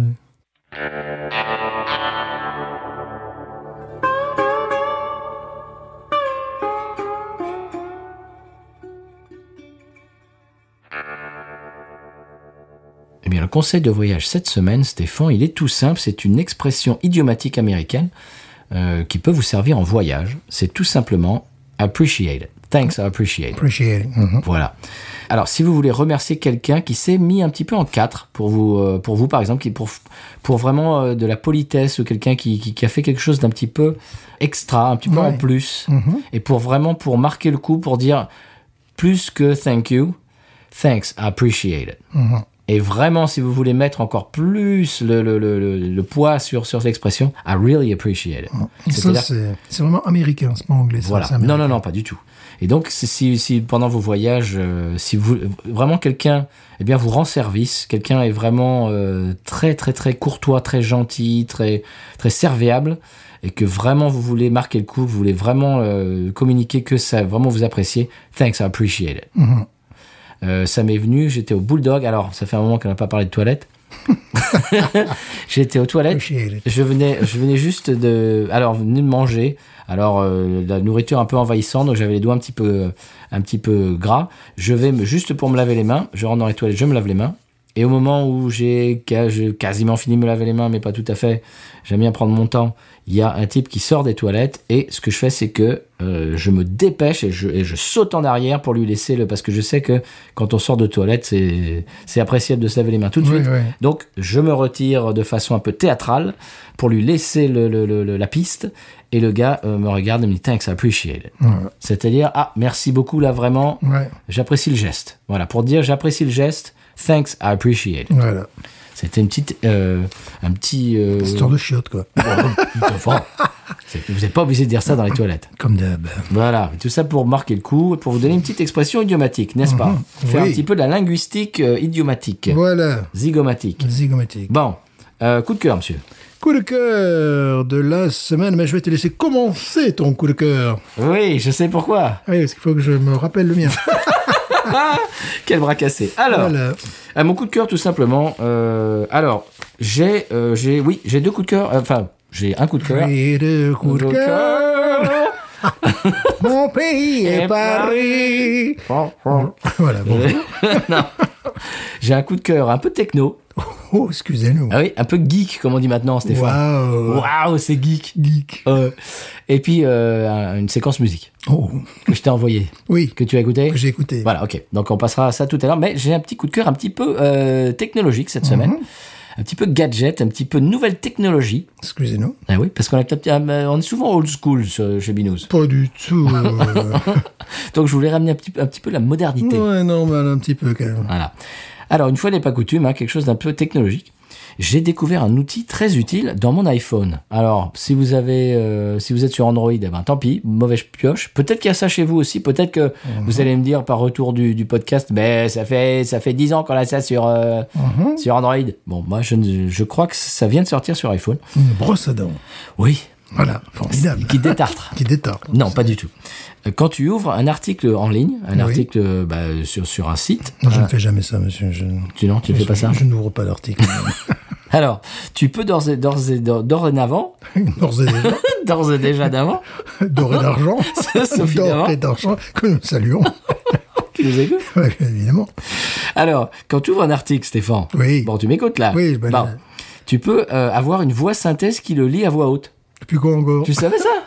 Eh bien, le conseil de voyage cette semaine, Stéphane, il est tout simple. C'est une expression idiomatique américaine qui peut vous servir en voyage. C'est tout simplement appreciate it. Thanks, I appreciate it. Appreciate it. Mm-hmm. Voilà. Alors, si vous voulez remercier quelqu'un qui s'est mis un petit peu en quatre pour vous par exemple, pour vraiment de la politesse, ou quelqu'un qui a fait quelque chose d'un petit peu extra, un petit peu en plus, et pour marquer le coup, pour dire plus que thank you, thanks, I appreciate it. Mm-hmm. Et vraiment, si vous voulez mettre encore plus le poids sur cette expression, I really appreciate it. C'est vraiment américain, c'est pas anglais. Voilà. Ça, non, pas du tout. Et donc, si pendant vos voyages, si vous vraiment quelqu'un, vous rend service, quelqu'un est vraiment très très très courtois, très gentil, très très serviable, et que vraiment vous voulez marquer le coup, vous voulez vraiment communiquer que ça vraiment vous appréciez, thanks, I appreciate it. Mm-hmm. Ça m'est venu, j'étais au Bulldog. Alors, ça fait un moment qu'on n'a pas parlé de toilettes. J'étais aux toilettes. Je venais juste de manger. Alors, la nourriture un peu envahissante, donc j'avais les doigts un petit peu gras. Je vais juste pour me laver les mains. Je rentre dans les toilettes, je me lave les mains. Et au moment où j'ai quasiment fini de me laver les mains, mais pas tout à fait, j'aime bien prendre mon temps, il y a un type qui sort des toilettes, et ce que je fais, c'est que je me dépêche et je saute en arrière pour lui laisser parce que je sais que quand on sort de toilette, c'est appréciable de se laver les mains tout de suite. Oui. Donc, je me retire de façon un peu théâtrale pour lui laisser la piste, et le gars me regarde et me dit « Thanks, I appreciate it ». C'est-à-dire « Ah, merci beaucoup, là, vraiment, j'apprécie le geste ». Voilà, pour dire « J'apprécie le geste ». Thanks, I appreciate it. Voilà. C'était un petit... Histoire de chiotte, quoi. Vous n'êtes pas obligé de dire ça dans les toilettes. Comme d'hab. Voilà, tout ça pour marquer le coup, pour vous donner une petite expression idiomatique, n'est-ce pas? Faire un petit peu de la linguistique idiomatique. Voilà. Zygomatique. Bon, coup de cœur, monsieur. Coup de cœur de la semaine, mais je vais te laisser commencer ton coup de cœur. Oui, je sais pourquoi. Oui, parce qu'il faut que je me rappelle le mien. Quel bras cassé. Alors, Voilà. mon coup de cœur, tout simplement. Alors, j'ai deux coups de cœur. Enfin, j'ai un coup de cœur. Et de coup de cœur. Mon pays est Paris. Voilà, bon. Non. J'ai un coup de cœur un peu techno. Oh, excusez-nous. Ah oui, un peu geek, comme on dit maintenant, Stéphane. Waouh, c'est geek. Geek. Et puis, une séquence musique Oh, que je t'ai envoyée, oui, que tu as écouté. que j'ai écouté. Voilà, ok. Donc, on passera à ça tout à l'heure. Mais j'ai un petit coup de cœur un petit peu technologique cette semaine. Un petit peu gadget, un petit peu nouvelle technologie. Excusez-nous. Ah oui, parce qu'on est souvent old school chez Binous. Pas du tout. Donc, je voulais ramener un petit peu la modernité. Ouais, normal, un petit peu quand même. Voilà. Alors, une fois n'est pas coutume, quelque chose d'un peu technologique. J'ai découvert un outil très utile dans mon iPhone. Alors, si vous êtes sur Android, tant pis, mauvaise pioche. Peut-être qu'il y a ça chez vous aussi. Peut-être que vous allez me dire par retour du podcast, ça fait 10 ans qu'on a ça sur Android. Bon, moi, je crois que ça vient de sortir sur iPhone. Une brosse à dents. Oui. Voilà, formidable. Qui détartre. Qui détartre. Non, pas du tout. Quand tu ouvres un article en ligne, article sur un site... Non, je ne fais jamais ça, monsieur. Tu ne fais pas ça. Je n'ouvre pas d'article. Alors, tu peux dorénavant, d'ores et déjà d'avant, D'or et d'argent. Sophie D'or d'avant, et d'argent, que nous saluons. qui nous écoute. Ouais, évidemment. Alors, quand tu ouvres un article, Stéphane, Oui. bon, tu m'écoutes là. Oui, Bon, tu peux avoir une voix synthèse qui le lit à voix haute. Depuis quoi encore? Tu savais ça?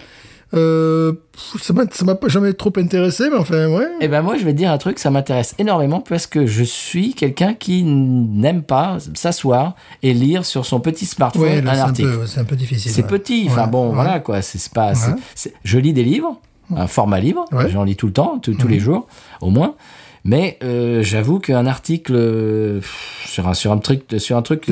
Ça m'a pas jamais trop intéressé, mais enfin, ouais. Eh ben moi, je vais te dire un truc, ça m'intéresse énormément parce que je suis quelqu'un qui n'aime pas s'asseoir et lire sur son petit smartphone Ouais, là, un article. c'est un peu difficile. C'est ouais. petit, enfin Ouais, bon, ouais. voilà quoi. Je lis des livres, un format livre, Ouais. j'en lis tout le temps, tous les jours, au moins. Mais j'avoue qu'un article sur un truc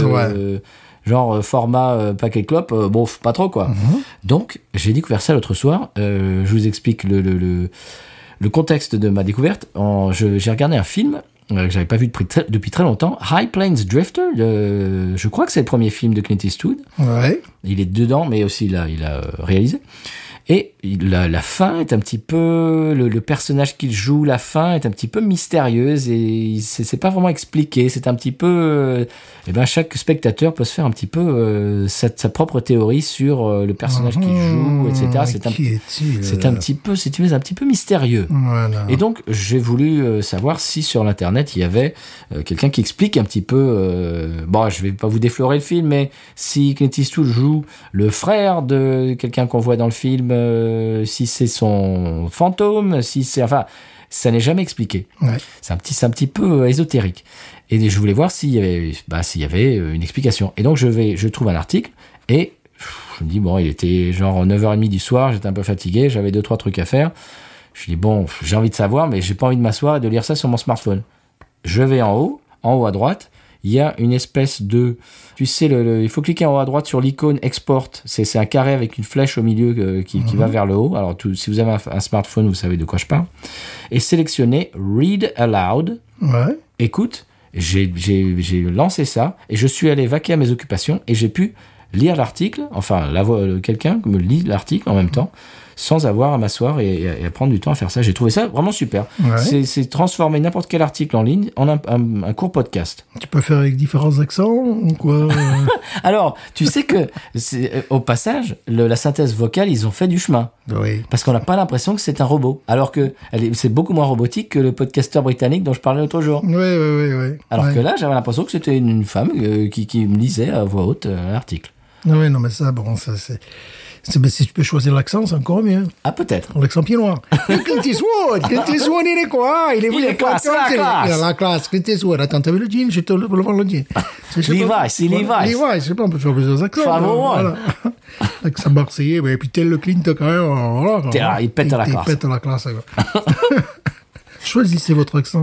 genre format paquet de clopes, bon, pas trop quoi. Donc j'ai découvert ça l'autre soir. Je vous explique le contexte de ma découverte. J'ai regardé un film que j'avais pas vu depuis très longtemps, High Plains Drifter. Je crois que c'est le premier film de Clint Eastwood. Ouais. Il est dedans, mais aussi il a réalisé. Et la fin est un petit peu... Le personnage qu'il joue, la fin est un petit peu mystérieuse et c'est pas vraiment expliqué. C'est un petit peu... chaque spectateur peut se faire un petit peu sa propre théorie sur le personnage qu'il joue, etc. C'est un petit peu, si tu veux, c'est un petit peu mystérieux. Voilà. Et donc, j'ai voulu savoir si sur l'internet il y avait quelqu'un qui explique un petit peu. Je vais pas vous déflorer le film, mais si Clint Eastwood joue le frère de quelqu'un qu'on voit dans le film, si c'est son fantôme, ça n'est jamais expliqué. Ouais. C'est un petit peu ésotérique. Et je voulais voir s'il y avait une explication. Et donc, je trouve un article et je me dis, bon, il était genre 9h30 du soir, j'étais un peu fatigué, j'avais 2-3 trucs à faire. Je dis, bon, j'ai envie de savoir, mais j'ai pas envie de m'asseoir et de lire ça sur mon smartphone. Je vais en haut à droite, il y a une espèce de... Tu sais, il faut cliquer en haut à droite sur l'icône Export. C'est un carré avec une flèche au milieu qui va vers le haut. Alors, si vous avez un smartphone, vous savez de quoi je parle. Et sélectionnez Read Aloud. Ouais. Écoute, j'ai lancé ça et je suis allé vaquer à mes occupations et j'ai pu lire l'article, enfin, quelqu'un me lit l'article en même temps, sans avoir à m'asseoir et à prendre du temps à faire ça. J'ai trouvé ça vraiment super. Ouais. C'est transformer n'importe quel article en ligne en un court podcast. Tu peux faire avec différents accents ou quoi? Alors, tu sais que, au passage, la synthèse vocale, ils ont fait du chemin. Oui. Parce qu'on n'a pas l'impression que c'est un robot. Alors que c'est beaucoup moins robotique que le podcasteur britannique dont je parlais l'autre jour. Oui. Alors que là, j'avais l'impression que c'était une femme qui me lisait à voix haute l'article. Oui, non, mais ça, bon, ça, c'est... Si tu peux choisir l'accent, c'est encore mieux. Ah, peut-être. L'accent pied noir. Clint Eastwood, il est quoi? Il est classe, Il a la classe, Clint Eastwood. Attends, t'as vu le jean? Je te le vends le jean. Levi's. Levi's, je sais pas, on peut faire plusieurs accents. Voilà. L'accent marseillais, et puis tel le Clint, quand même, voilà. Il pète la classe. Il pète la classe, quoi. Choisissez votre accent.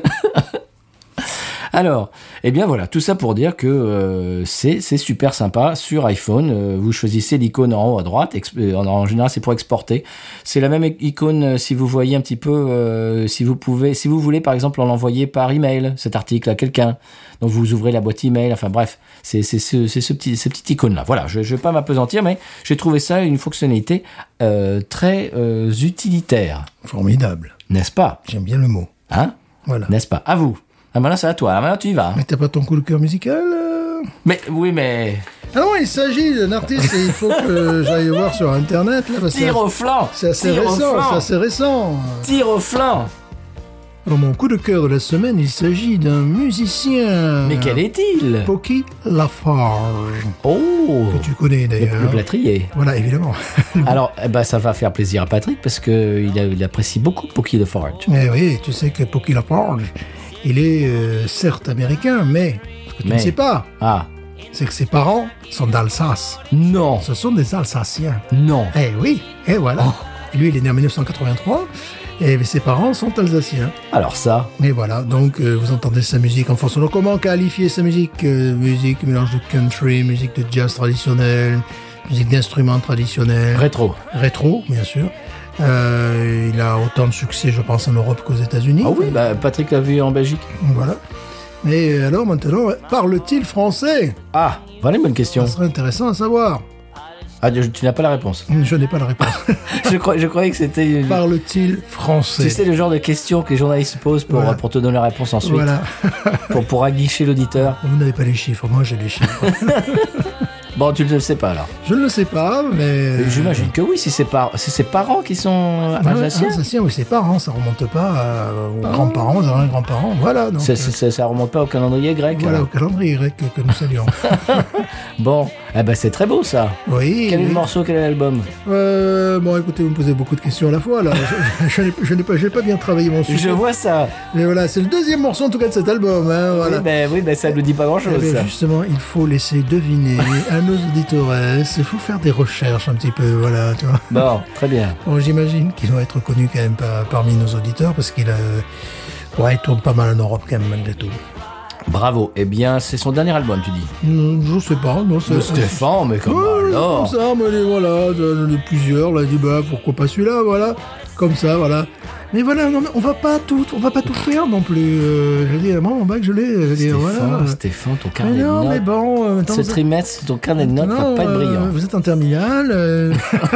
Alors, eh bien voilà, tout ça pour dire que c'est super sympa sur iPhone. Vous choisissez l'icône en haut à droite. En général, c'est pour exporter. C'est la même icône si vous voyez un petit peu, si vous voulez par exemple en envoyer par email cet article à quelqu'un. Donc vous ouvrez la boîte email. Enfin bref, c'est ces petites icônes là. Voilà, je vais pas m'apesantir, mais j'ai trouvé ça une fonctionnalité très utilitaire. Formidable. N'est-ce pas? J'aime bien le mot. Hein? Voilà. N'est-ce pas? À vous. Ah, maintenant, c'est à toi. Maintenant, tu y vas. Mais t'as pas ton coup de cœur musical Mais, oui, mais... Ah non, il s'agit d'un artiste et il faut que j'aille voir sur Internet. Là, parce que Tire au flanc. c'est assez Tire au récent, flanc. c'est assez récent. Tire au flanc. Alors, mon coup de cœur de la semaine, il s'agit d'un musicien. Mais quel est-il? Pocky Lafarge, Oh, que tu connais le d'ailleurs. plâtrier. Voilà, évidemment. Alors, ça va faire plaisir à Patrick parce qu'il apprécie beaucoup Pocky Lafarge. Eh oui, tu sais que Pocky Lafarge, il est certes américain, mais ce que tu ne sais pas, Ah, c'est que ses parents sont d'Alsace. non, Ce sont des Alsaciens. non. Eh oui, et voilà. Lui, il est né en 1983, et ses parents sont alsaciens. Alors ça, Et voilà, donc vous entendez sa musique en fond sonore. Comment qualifier sa musique musique, mélange de country, musique de jazz traditionnel, musique d'instruments traditionnels. rétro. Rétro, bien sûr. Il a autant de succès, je pense, en Europe qu'aux États-Unis. Ah oui, bah, Patrick l'a vu en Belgique. Voilà. Mais alors maintenant, parle-t-il français? Ah, voilà une bonne question. Ça serait intéressant à savoir. Ah, tu n'as pas la réponse. Je n'ai pas la réponse. je croyais que c'était... Parle-t-il français? Tu sais, le genre de questions que les journalistes se posent Voilà. pour te donner la réponse ensuite. Voilà. pour aguicher l'auditeur. Vous n'avez pas les chiffres, moi j'ai les chiffres. Bon, tu ne le sais pas, alors. Je ne le sais pas, mais... J'imagine que oui, si c'est ses parents qui sont alsaciens. Alsaciens, oui, ses parents, ça remonte pas aux grands-parents, aux arrière-grands-parents, voilà. Donc, Ça remonte pas au calendrier grec. voilà, alors. au calendrier grec que nous saluons. Bon, eh ben c'est très beau ça. Oui. Quel est oui. le morceau, quel est l'album? Bon, écoutez, vous me posez beaucoup de questions à la fois, là. Je n'ai pas bien travaillé mon sujet. Je vois ça. Mais voilà, c'est le deuxième morceau, en tout cas, de cet album, hein, voilà. Oui, ben ça ne nous dit pas Eh grand-chose, bien, ça. justement, il faut laisser deviner à nos auditeurs, il faut faire des recherches un petit peu, voilà, tu vois. Bon, très bien. Bon, j'imagine qu'il doit être connu quand même parmi nos auditeurs, parce qu'il il tourne pas mal en Europe quand même, malgré tout. Bravo. Eh bien, c'est son dernier album, tu dis. Je sais pas, non, c'est... Mais Stéphane, mais comment Ouais, alors? comme ça, mais voilà, de plusieurs, là, il dit, bah, pourquoi pas celui-là, voilà, comme ça, voilà. Mais voilà, non, mais on va pas tout faire non plus. Je veux dire, moi, mon bac, je l'ai, je veux dire, voilà. Stéphane, ton Mais carnet de non, notes. mais bon, maintenant, Ce vous êtes- trimestre, ton carnet de notes va non, pas être brillant. vous êtes en terminale,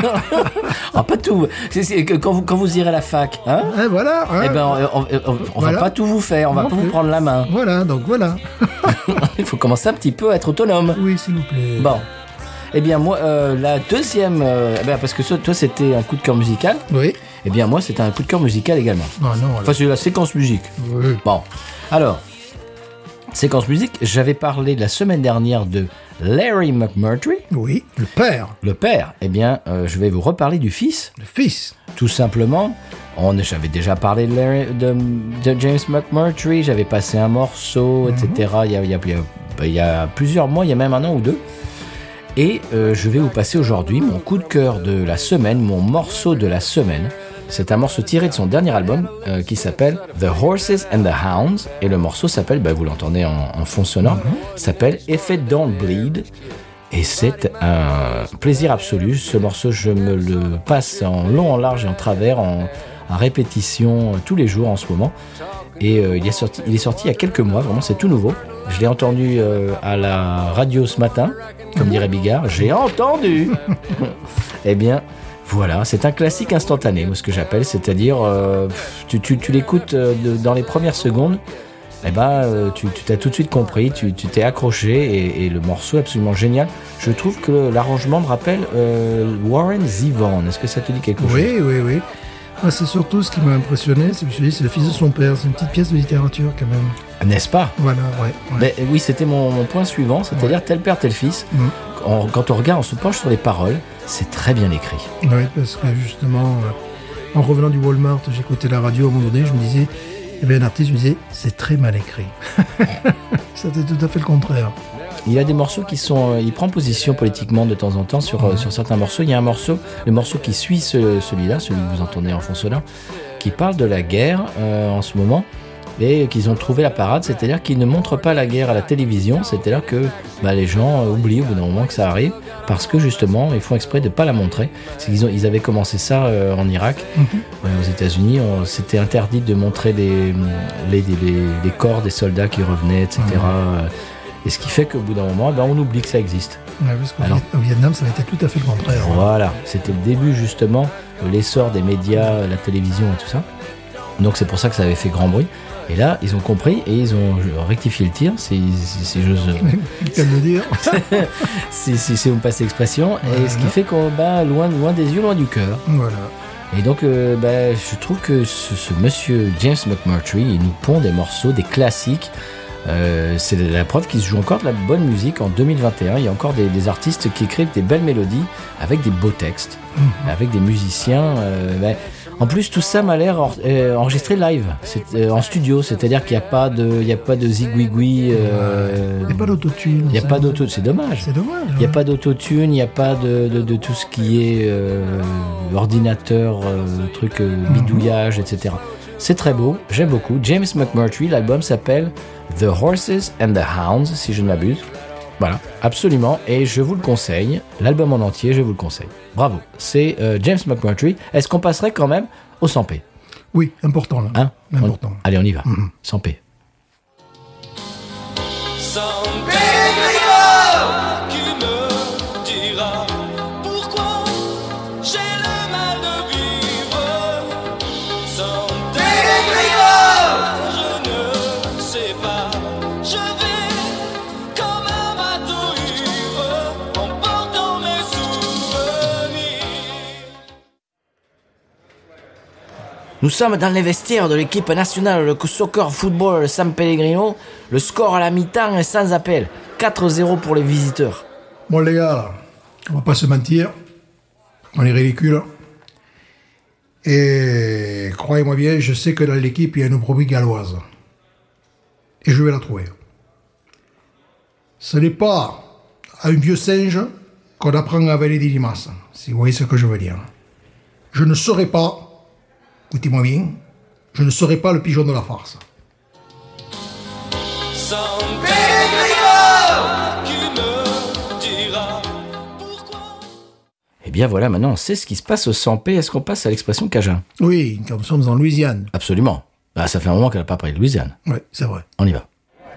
Ah, pas tout. C'est que quand vous irez à la fac, hein? voilà. Hein, Eh ben, on Voilà. va pas tout vous faire, on va Non pas vous plus. prendre la main. Voilà, donc voilà. Il faut commencer un petit peu à être autonome. Oui, s'il vous plaît. Bon. Eh bien, moi, la deuxième... parce que toi, c'était un coup de cœur musical. Oui. Eh bien, moi, c'était un coup de cœur musical également. Non, non, Enfin, c'est la séquence musique. oui. Bon. Alors, séquence musique, j'avais parlé la semaine dernière de Larry McMurtry, Oui, le père, le père. Eh bien, je vais vous reparler du fils. le fils. Tout simplement, j'avais déjà parlé de James McMurtry, j'avais passé un morceau, etc. Il y a plusieurs mois, il y a même un an ou deux. Et je vais vous passer aujourd'hui mon coup de cœur de la semaine, mon morceau de la semaine. C'est un morceau tiré de son dernier album qui s'appelle The Horses and the Hounds. Et le morceau s'appelle, vous l'entendez en fond sonore, s'appelle If It Don't Bleed. Et c'est un plaisir absolu. Ce morceau, je me le passe en long, en large et en travers, en répétition tous les jours en ce moment. Et il est sorti il y a quelques mois, vraiment c'est tout nouveau. Je l'ai entendu à la radio ce matin, comme dirait Bigard. J'ai entendu. Eh bien, voilà, c'est un classique instantané, moi, ce que j'appelle, c'est-à-dire tu l'écoutes dans les premières secondes. Eh ben, tu t'as tout de suite compris, tu t'es accroché et le morceau est absolument génial. Je trouve que l'arrangement me rappelle Warren Zevon. Est-ce que ça te dit quelque chose? Oui, oui, oui. Moi, c'est surtout ce qui m'a impressionné, c'est que je me suis dit, c'est le fils de son père. C'est une petite pièce de littérature quand même. N'est-ce pas? Voilà, ouais. Ben, oui, c'était mon point suivant, c'est-à-dire tel père, tel fils. Quand on regarde, on se penche sur les paroles, c'est très bien écrit. Oui, parce que justement, en revenant du Walmart, j'écoutais la radio à un moment donné, je me disais, il y avait un artiste, je me disais, c'est très mal écrit. C'était tout à fait le contraire. Il y a des morceaux qui sont... il prend position politiquement de temps en temps sur certains morceaux. Il y a un morceau, le morceau qui suit celui-là, celui que vous entendez en fond sonore, qui parle de la guerre en ce moment, et qu'ils ont trouvé la parade, c'est-à-dire qu'ils ne montrent pas la guerre à la télévision, c'est-à-dire que les gens oublient au bout d'un moment que ça arrive, parce que justement, ils font exprès de ne pas la montrer. Ils avaient commencé ça en Irak, aux États-Unis, c'était interdit de montrer les corps des soldats qui revenaient, etc. Et ce qui fait qu'au bout d'un moment, on oublie que ça existe. Ouais, parce qu'au Vietnam, ça avait été tout à fait le contraire. Voilà, c'était le début justement, l'essor des médias, la télévision et tout ça. Donc c'est pour ça que ça avait fait grand bruit. Et là, ils ont compris et ils ont rectifié le tir, si j'ose... Qu'elle le dire. si vous me passez l'expression. Et ce qui fait qu'on loin des yeux, loin du cœur. Voilà. Et donc, je trouve que ce monsieur James McMurtry, il nous pond des morceaux, des classiques. C'est la preuve qu'il se joue encore de la bonne musique en 2021. Il y a encore des artistes qui écrivent des belles mélodies avec des beaux textes, avec des musiciens. En plus, tout ça m'a l'air enregistré live, en studio. C'est-à-dire qu'il n'y a pas de zigouigoui. Il n'y a pas d'autotune. Il n'y a pas d'autotune. C'est dommage. C'est dommage. Il n'y a pas d'autotune, il n'y a pas de tout ce qui est ordinateur, bidouillage, etc. C'est très beau, j'aime beaucoup. James McMurtry, l'album s'appelle The Horses and the Hounds, si je ne m'abuse. Voilà, absolument, et je vous le conseille. L'album en entier, je vous le conseille. Bravo, c'est James McMurtry. Est-ce qu'on passerait quand même au 100p? Oui, important là. Hein? Important. Allez, on y va. 100p. San Pellegrino qui me dira pourquoi j'ai le mal de vivre. San Pellegrino, je ne sais pas, je vais comme un bateau ivre en portant mes souvenirs. Nous sommes dans les vestiaires de l'équipe nationale de soccer football San Pellegrino. Le score à la mi-temps est sans appel. 4-0 pour les visiteurs. Bon les gars, on va pas se mentir, on est ridicule. Et croyez-moi bien, je sais que dans l'équipe il y a une brebis galloise. Et je vais la trouver. Ce n'est pas à un vieux singe qu'on apprend à avaler des limaces, si vous voyez ce que je veux dire. Je ne serai pas, écoutez-moi bien, je ne serai pas le pigeon de la farce. San Pellegrino qui me dira pourquoi. Eh bien voilà, maintenant on sait ce qui se passe au 100p. Est-ce qu'on passe à l'expression Cajun? Oui, car nous sommes en Louisiane. Absolument. Ça fait un moment qu'elle n'a pas parlé de Louisiane. Oui, c'est vrai. On y va.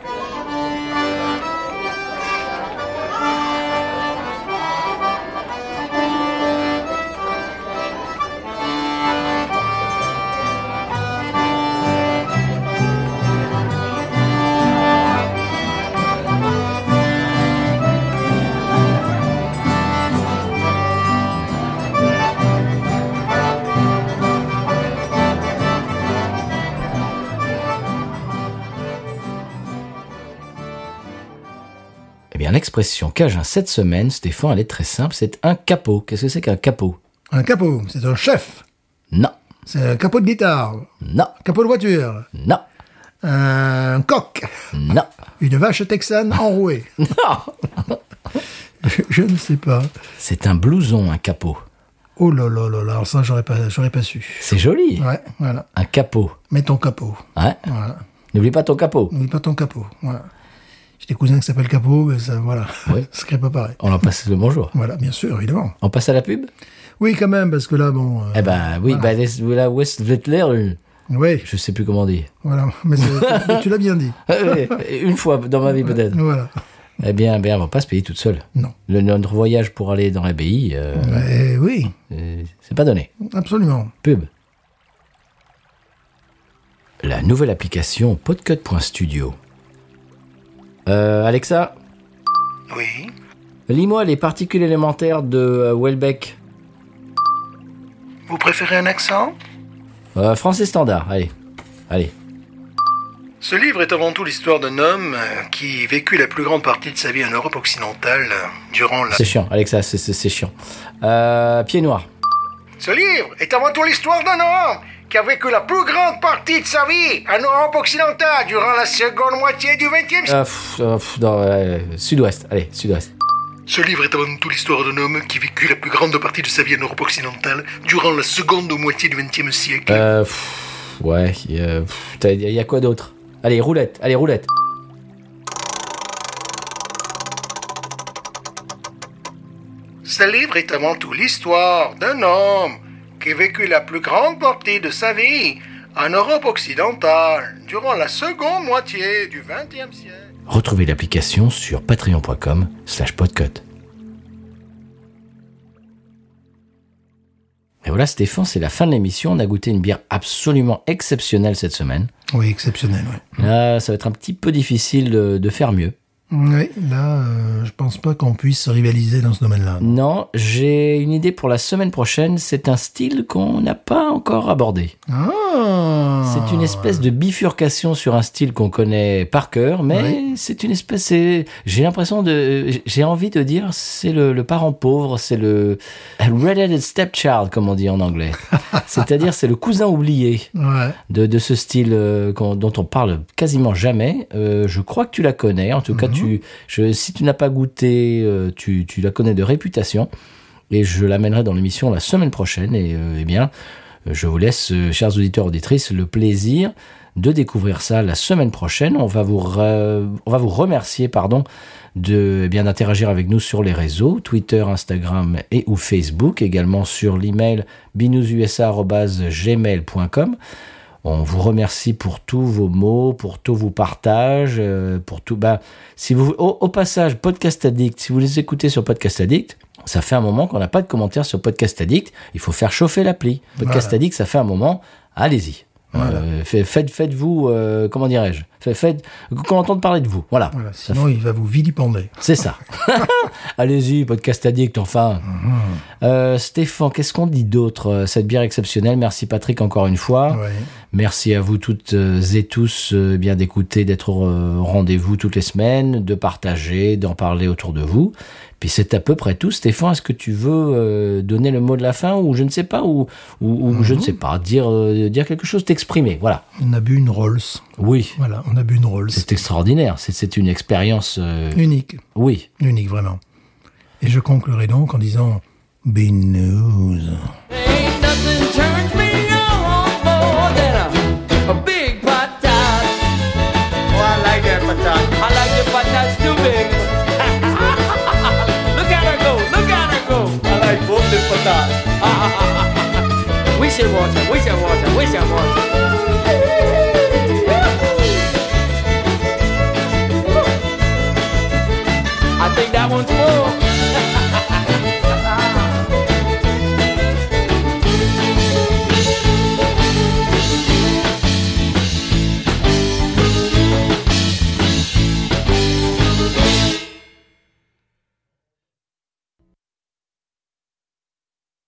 Eh bien, l'expression Cajun cette semaine, Stéphane, elle est très simple. C'est un capot. Qu'est-ce que c'est qu'un capot? Un capot, c'est un chef. Non. C'est un capot de guitare. Non. Un capot de voiture. Non. Un coq. Non. Une vache texane enrouée. Non. Je ne sais pas. C'est un blouson, un capot. Oh là là là là, alors ça j'aurais pas su. C'est joli. Ouais, voilà. Un capot. Mets ton capot. Ouais. Voilà. N'oublie pas ton capot. N'oublie pas ton capot. Voilà. J'ai des cousins qui s'appellent Capot, mais ça, voilà. Oui. Ce serait pas pareil. On leur passe le bonjour. Voilà, bien sûr, évidemment. On passe à la pub? Oui, quand même, parce que là, bon. Eh ben oui, voilà. là, West Vettler, Oui, je sais plus comment dire. voilà. Mais tu l'as bien dit. Une fois dans ma vie peut-être. Voilà. Eh bien, on va pas se payer toute seule. Non. Notre voyage pour aller dans l'abbaye, Oui, c'est pas donné. absolument. Pub. La nouvelle application podcut.studio. Alexa, Oui. lis-moi les particules élémentaires de Welbeck. Vous préférez un accent? Français standard, allez. Ce livre est avant tout l'histoire d'un homme qui vécut la plus grande partie de sa vie en Europe occidentale durant la... C'est chiant, Alexa, c'est chiant. Pied noir. Ce livre est avant tout l'histoire d'un homme qui a vécu la plus grande partie de sa vie en Europe occidentale durant la seconde moitié du XXe siècle. Sud-ouest, allez, sud-ouest. Ce livre est avant tout l'histoire d'un homme qui vécut la plus grande partie de sa vie en Europe occidentale durant la seconde moitié du XXe siècle. Ouais, il y a quoi d'autre? Allez, roulette. Ce livre est avant tout l'histoire d'un homme qui a vécu la plus grande partie de sa vie en Europe occidentale durant la seconde moitié du XXe siècle. Retrouvez l'application sur patreon.com/podcut. Et voilà, Stéphane, c'est la fin de l'émission. On a goûté une bière absolument exceptionnelle cette semaine. Oui, exceptionnel, oui. Là, ça va être un petit peu difficile de faire mieux. Oui, là, je pense pas qu'on puisse rivaliser dans ce domaine-là. Non, j'ai une idée pour la semaine prochaine. C'est un style qu'on n'a pas encore abordé. Ah! C'est une espèce de bifurcation sur un style qu'on connaît par cœur, mais c'est une espèce... J'ai envie de dire, c'est le parent pauvre, c'est le redheaded stepchild, comme on dit en anglais. C'est-à-dire, c'est le cousin oublié de ce style dont on parle quasiment jamais. Je crois que tu la connais, en tout cas, si tu n'as pas goûté, tu la connais de réputation, et je l'amènerai dans l'émission la semaine prochaine, et eh bien, je vous laisse, chers auditeurs, auditrices, le plaisir de découvrir ça la semaine prochaine. On va vous remercier, d'interagir avec nous sur les réseaux, Twitter, Instagram et ou Facebook, également sur l'email binoususa@gmail.com. On vous remercie pour tous vos mots, pour tous vos partages, pour tout. Si vous, au passage, Podcast Addict, si vous les écoutez sur Podcast Addict, ça fait un moment qu'on n'a pas de commentaires sur Podcast Addict. Il faut faire chauffer l'appli. Podcast Addict, ça fait un moment. Allez-y. Voilà. Faites-vous, comment dirais-je, qu'on entende parler de vous. Voilà. Sinon, il va vous vilipender. C'est ça. Allez-y, Podcast Addict, enfin. Stéphane, qu'est-ce qu'on dit d'autre? Cette bière exceptionnelle. Merci Patrick encore une fois. Ouais. Merci à vous toutes et tous bien d'écouter, d'être au rendez-vous toutes les semaines, de partager, d'en parler autour de vous. Puis c'est à peu près tout. Stéphane, est-ce que tu veux donner le mot de la fin ou je ne sais pas, ou je ne sais pas, dire quelque chose, t'exprimer, voilà. On a bu une Rolls. Oui. Voilà, on a bu une Rolls. C'est extraordinaire, c'est une expérience... Unique. Oui. Unique, vraiment. Et je conclurai donc en disant Binous. Ain't nothing turns me on more than a big patat. Oh, I like that patat. I like the patats too big. Look at her go, look at her go. I like both the patats. We should watch her, we should watch her, we should watch her. I think that one's full.